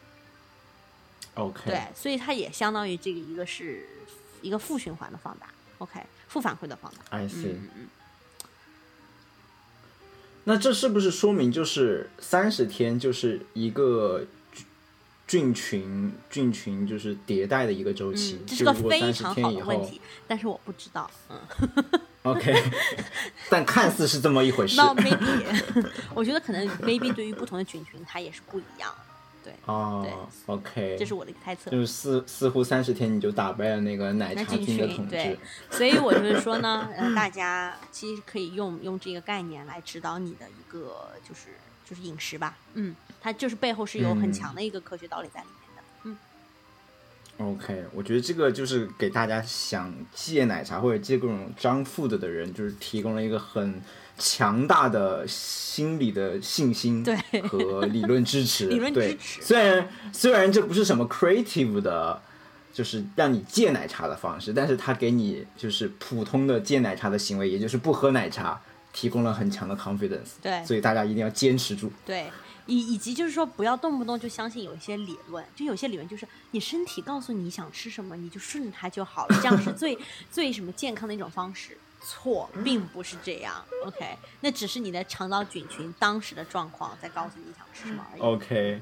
OK， 对，所以它也相当于这个一个是一个负循环的放大 ，OK， 负反馈的放大。 I see。那这是不是说明就是30天就是一个菌群就是迭代的一个周期？ 这是个非常好的问题，但是我不知道。 OK 但看似是这么一回事。 那 maybe 我觉得可能 maybe 对于不同的菌群它也是不一样。对哦 OK 这是我的一个猜测， 就是似乎30天你就打败了那个奶茶菌的统治。 对，所以我就是说呢大家其实可以用这个概念来指导你的一个就是饮食吧。它就是背后是有很强的一个科学道理在里面的。 OK 我觉得这个就是给大家想戒奶茶或者戒各种junk food的人就是提供了一个很强大的心理的信心和理论支持。 理论支持， 虽然这不是什么 creative 的就是让你戒奶茶的方式，但是它给你就是普通的戒奶茶的行为，也就是不喝奶茶提供了很强的 confidence。 对， 所以大家一定要坚持住。 对，以及就是说不要动不动就相信有一些理论，就有些理论就是你身体告诉你想吃什么你就顺着它就好了，这样是最什么健康的一种方式。错，并不是这样。 OK 那只是你的肠道菌群当时的状况在告诉你想吃什么而已。 OK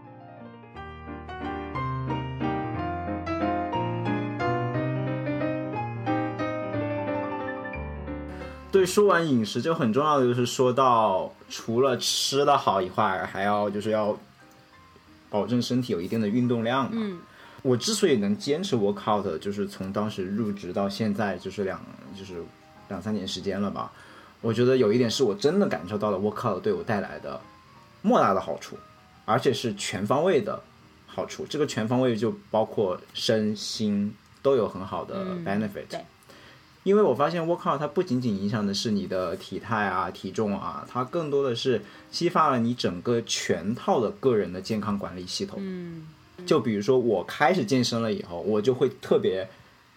对，说完饮食就很重要的就是说到除了吃的好以外，还要就是要保证身体有一定的运动量嘛。我之所以能坚持 workout 就是从当时入职到现在就是两三年时间了吧。我觉得有一点是我真的感受到了 workout 对我带来的莫大的好处，而且是全方位的好处。这个全方位就包括身心都有很好的 benefit。 对， 因为我发现 workout 它不仅仅影响的是你的体态啊体重啊，它更多的是激发了你整个全套的个人的健康管理系统。就比如说我开始健身了以后，我就会特别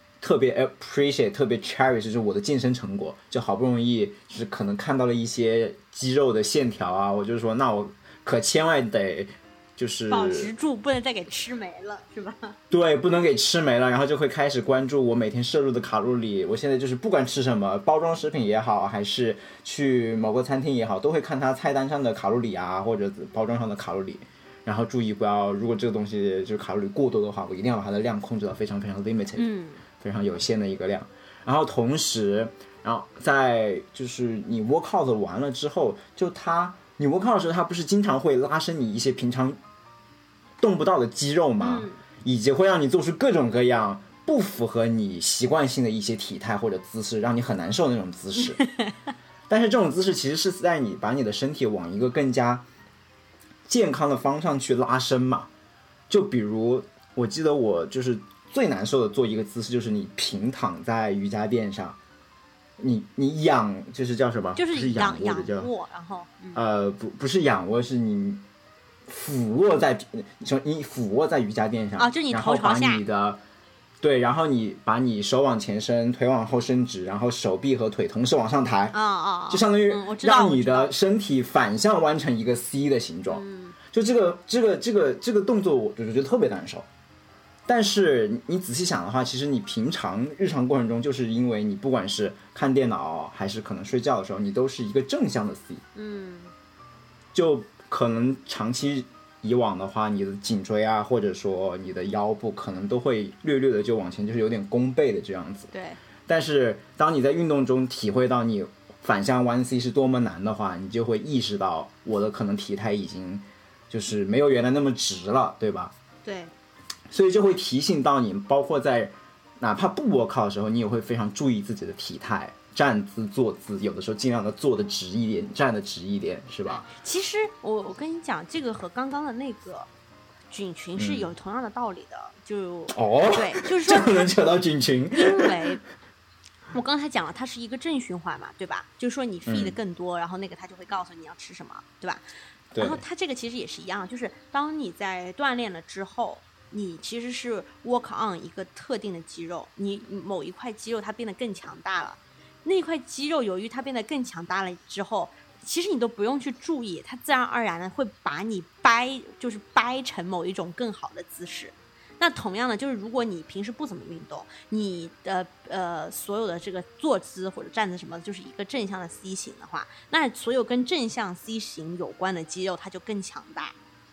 appreciate 特别 cherish 就是我的健身成果，就好不容易就是可能看到了一些肌肉的线条啊，我就说那我可千万得就是保持住，不能再给吃没了，是吧？ 对，不能给吃没了，然后就会开始关注我每天摄入的卡路里。我现在就是不管吃什么，包装食品也好，还是去某个餐厅也好，都会看它菜单上的卡路里啊，或者包装上的卡路里，然后注意不要，如果这个东西就是卡路里过多的话，我一定要把它的量控制到非常非常 limited，非常有限的一个量。然后同时，然后在就是你 workout 完了之后，就你 workout 的时候，它不是经常会拉伸你一些平常动不到的肌肉嘛，以及会让你做出各种各样不符合你习惯性的一些体态或者姿势，让你很难受的那种姿势。但是这种姿势其实是在你把你的身体往一个更加健康的方向去拉伸嘛。就比如我记得我就是最难受的做一个姿势，就是你平躺在瑜伽垫上，你仰，就是叫什么？ 就是仰卧， 然后不是仰卧，是你俯卧在瑜伽垫上啊，就你头朝下， 然后把你的对，然后你把你手往前伸，腿往后伸直，然后手臂和腿同时往上抬，就相当于让你的身体反向弯成一个 C 的形状。就这个动作，我就觉得特别难受。但是你仔细想的话，其实你平常日常过程中，就是因为你不管是看电脑还是可能睡觉的时候，你都是一个正向的 C。就可能长期以往的话，你的颈椎啊，或者说你的腰部，可能都会略略的就往前，就是有点弓背的这样子。 对。 但是当你在运动中体会到你反向弯 C 是多么难的话，你就会意识到我的可能体态已经就是没有原来那么直了，对吧？ 对。 所以就会提醒到你，包括在哪怕不workout的时候，你也会非常注意自己的体态。站姿坐姿，有的时候尽量的坐的直一点，站的直一点，是吧？ 其实我跟你讲，这个和刚刚的那个菌群是有同样的道理的。对，就是说这能扯到菌群， 因为我刚才讲了，它是一个正循环嘛，对吧？就是说你 feed 的更多，然后那个它就会告诉你要吃什么，对吧？然后它这个其实也是一样，就是当你在锻炼了之后，你其实是 work on 一个特定的肌肉，你某一块肌肉它变得更强大了。那块肌肉由于它变得更强大了之后，其实你都不用去注意，它自然而然的会把你掰成某一种更好的姿势。那同样的，就是如果你平时不怎么运动，你的所有的这个坐姿或者站姿什么的，就是一个正向的 C 型的话，那所有跟正向 C 型有关的肌肉它就更强大。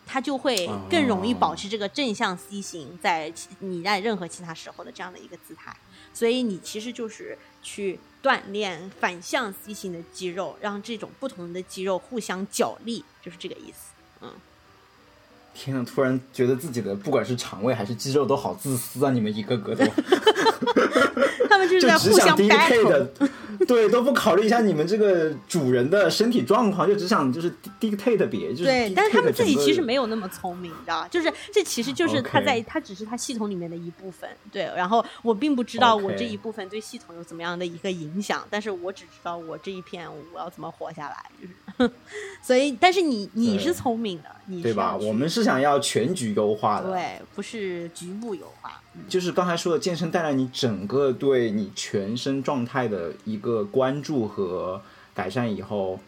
它就会更容易保持这个正向 C 型在你在任何其他时候的这样的一个姿态。所以你其实就是去锻炼反向 C 型的肌肉，让这种不同的肌肉互相角力，就是这个意思。 天哪，突然觉得自己的不管是肠胃还是肌肉都好自私啊！你们一个个都他们就是在互相 battle， 对，都不考虑一下你们这个主人的身体状况，就只想就是 dictate 别，就是对，但是他们自己其实没有那么聪明，你知道吧？就是这其实就是他只是他系统里面的一部分，对。然后我并不知道我这一部分对系统有怎么样的一个影响，但是我只知道我这一片我要怎么活下来，就是所以，但是你是聪明的，你对吧？我们是想要全局优化的， 对，不是局部优化。 就是刚才说的，健身带来你整个对你全身状态的一个关注和改善以后，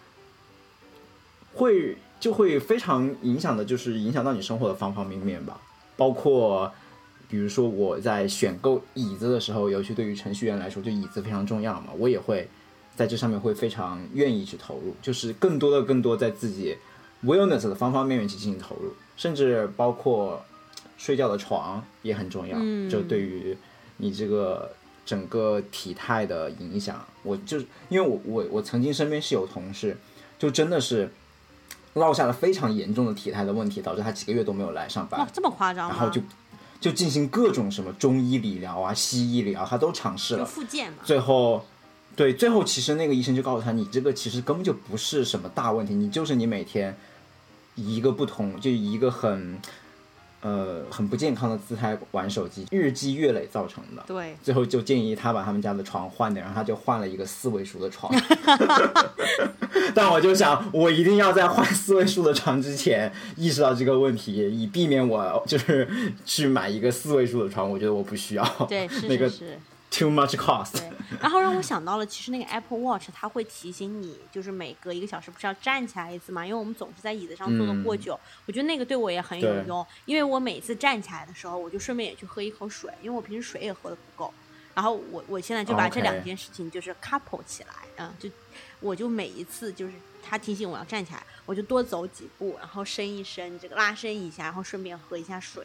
就会非常影响的，就是影响到你生活的方方面面吧。包括比如说我在选购椅子的时候，尤其对于程序员来说，就椅子非常重要嘛，我也会在这上面会非常愿意去投入，就是更多在自己 wellness 的方方面面去进行投入，甚至包括睡觉的床也很重要，就对于你这个整个体态的影响。我就是因为我曾经身边是有同事，就真的是落下了非常严重的体态的问题，导致他几个月都没有来上班。 这么夸张吗？ 然后就进行各种什么中医理疗啊、西医理疗，他都尝试了， 就复健嘛。 最后其实那个医生就告诉他，你这个其实根本就不是什么大问题，你就是你每天一个不同，就一个很不健康的姿态玩手机，日积月累造成的。 对， 最后就建议他把他们家的床换掉，然后他就换了一个4位数的床。但我就想，我一定要在换4位数的床之前意识到这个问题，以避免我就是去买一个4位数的床。我觉得我不需要。 对，是那个 too much cost。 对，然后让我想到了，其实那个 Apple Watch 它会提醒你，就是每隔1个小时不是要站起来一次嘛？因为我们总是在椅子上坐的过久，我觉得那个对我也很有用，因为我每次站起来的时候，我就顺便也去喝一口水，因为我平时水也喝的不够。然后我现在就把这2件事情就是 couple 起来，我就每一次就是他提醒我要站起来，我就多走几步，然后伸一伸，这个拉伸一下，然后顺便喝一下水。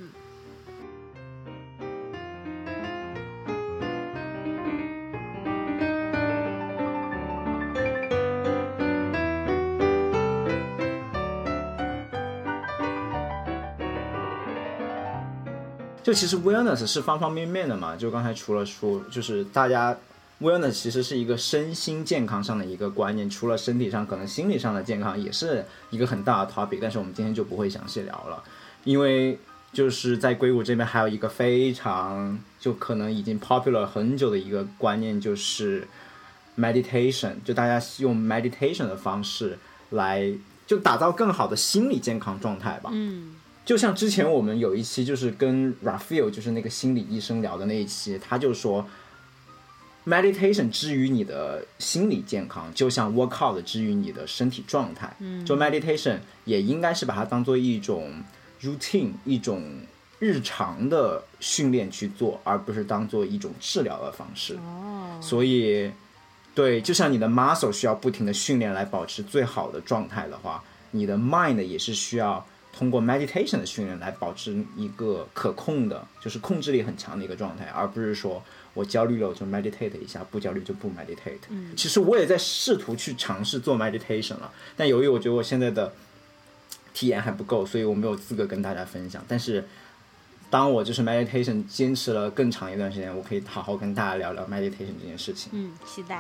就其实 wellness 是方方面面的嘛，就刚才除了说，就是大家 wellness 其实是一个身心健康上的一个观念，除了身体上，可能心理上的健康也是一个很大的 topic， 但是我们今天就不会详细聊了，因为就是在硅谷这边还有一个非常就可能已经 popular 很久的一个观念，就是 meditation， 就大家用 meditation 的方式来就打造更好的心理健康状态吧。就像之前我们有一期就是跟 Raphael 就是那个心理医生聊的那一期，他就说 meditation 之于你的心理健康，就像 workout 之于你的身体状态。就 meditation 也应该是把它当做一种 routine， 一种日常的训练去做，而不是当做一种治疗的方式。所以对，就像你的 muscle 需要不停的训练来保持最好的状态的话，你的 mind 也是需要通过 meditation 的训练来保持一个可控的，就是控制力很强的一个状态，而不是说我焦虑了我就 meditate 一下，不焦虑就不 meditate。其实我也在试图去尝试做 meditation 了，但由于我觉得我现在的体验还不够，所以我没有资格跟大家分享。但是当我就是 meditation 坚持了更长一段时间，我可以好好跟大家聊聊 meditation 这件事情。 期待。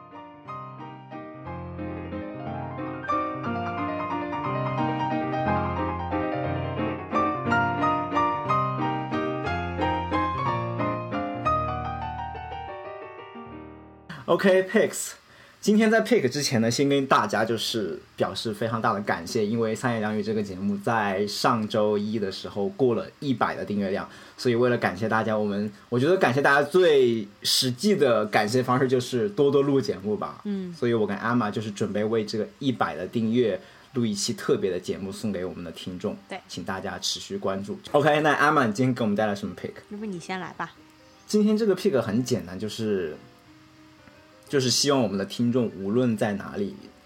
OK Pix， 今天在 Pick 之前呢，先跟大家就是表示非常大的感谢，因为三言两语这个节目在上周一的时候过了100的订阅量，所以为了感谢大家，我觉得感谢大家最实际的感谢方式就是多多录节目吧。所以我跟 Emma 就是准备为这个100的订阅录一期特别的节目送给我们的听众， 对， 请大家持续关注。OK， 那 Emma 你今天给我们带来什么 Pick？ 要不你先来吧。 今天这个 Pick 很简单，就是希望我们的听众无论在哪里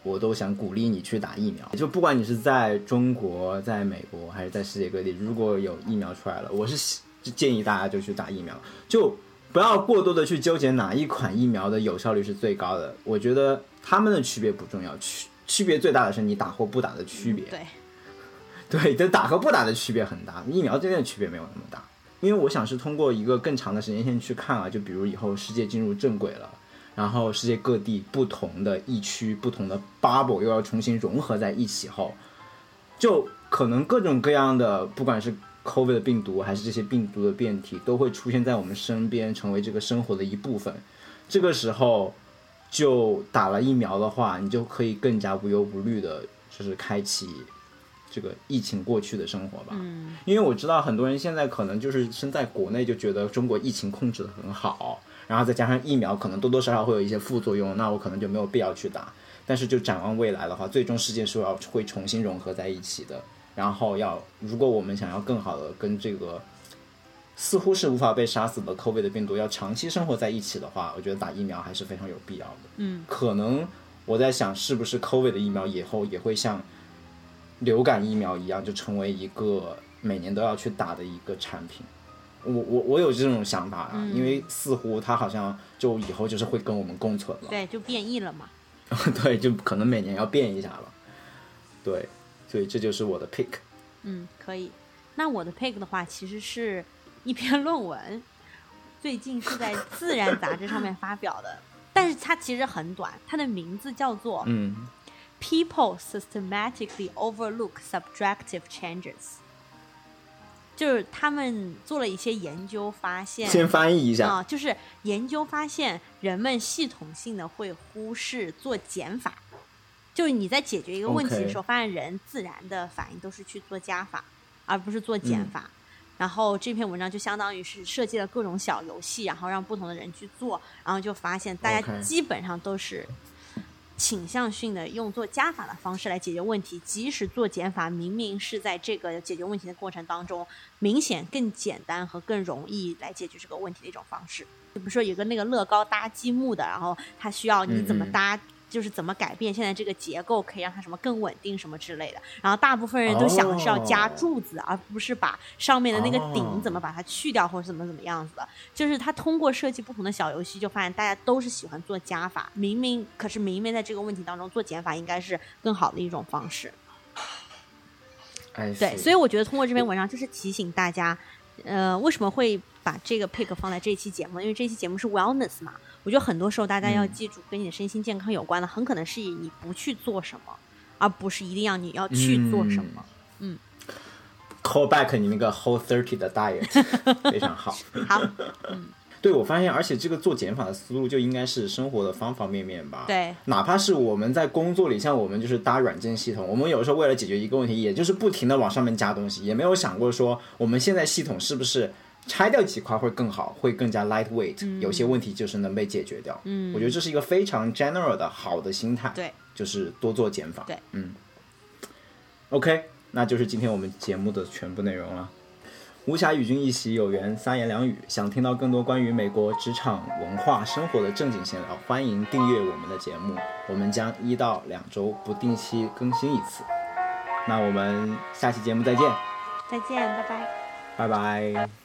我都想鼓励你去打疫苗。就不管你是在中国、在美国还是在世界各地，如果有疫苗出来了，我是建议大家就去打疫苗，就不要过多的去纠结哪一款疫苗的有效率是最高的。我觉得它们的区别不重要，区别最大的是你打或不打的区别。对，这打和不打的区别很大，疫苗这边的区别没有那么大。因为我想是通过一个更长的时间线去看啊，就比如以后世界进入正轨了，然后世界各地不同的疫区、不同的 bubble 又要重新融合在一起后，就可能各种各样的，不管是 COVID 的病毒还是这些病毒的变体，都会出现在我们身边，成为这个生活的一部分。这个时候就打了疫苗的话，你就可以更加无忧无虑的，就是开启这个疫情过去的生活吧。因为我知道很多人现在可能就是身在国内就觉得中国疫情控制得很好，然后再加上疫苗可能多多少少会有一些副作用，那我可能就没有必要去打。但是就展望未来的话，最终世界是会重新融合在一起的。然后如果我们想要更好的跟这个似乎是无法被杀死的 COVID 的病毒要长期生活在一起的话，我觉得打疫苗还是非常有必要的。可能我在想是不是 COVID 的疫苗以后也会像流感疫苗一样，就成为一个每年都要去打的一个产品。我有这种想法啊，因为似乎它好像就以后就是会跟我们共存了。 对，就变异了嘛。 对，就可能每年要变一下了。对，所以这就是我的 pick。 可以。那我的 pick 的话，其实是一篇论文，最近是在《自然》杂志上面发表的，但是它其实很短，它的名字叫做People systematically overlook subtractive changes， 就是他们做了一些研究发现， 先翻译一下就是研究发现人们系统性的会忽视做减法，就是你在解决一个问题的时候，发现人自然的反应都是去做加法而不是做减法。然后这篇文章就相当于是设计了各种小游戏，然后让不同的人去做，然后就发现大家基本上都是倾向性的用做加法的方式来解决问题，即使做减法明明是在这个解决问题的过程当中明显更简单和更容易来解决这个问题的一种方式。比如说有个那个乐高搭积木的，然后它需要你怎么搭，就是怎么改变现在这个结构可以让它什么更稳定什么之类的，然后大部分人都想的是要加柱子，而不是把上面的那个顶怎么把它去掉或者怎么样子的。就是他通过设计不同的小游戏就发现大家都是喜欢做加法，可是明明在这个问题当中做减法应该是更好的一种方式。对，所以我觉得通过这篇文章就是提醒大家为什么会把这个 pick 放在这期节目，因为这期节目是 wellness 嘛，我觉得很多时候大家要记住跟你的身心健康有关的很可能是以你不去做什么，而不是一定要你要去做什么。 call back 你那个 Whole30 的 diet 非常好。对，我发现而且这个做减法的思路就应该是生活的方方面面吧。 对， 哪怕是我们在工作里，像我们就是搭软件系统，我们有时候为了解决一个问题也就是不停的往上面加东西，也没有想过说我们现在系统是不是拆掉几块会更好，会更加 lightweight，有些问题就是能被解决掉。我觉得这是一个非常 general 的好的心态。 对， 就是多做减法。 对 OK， 那就是今天我们节目的全部内容了。无暇与君一席有缘三言两语，想听到更多关于美国职场文化生活的正经闲聊，欢迎订阅我们的节目，我们将1到2周不定期更新一次。那我们下期节目再见。 再见，拜拜。 拜拜。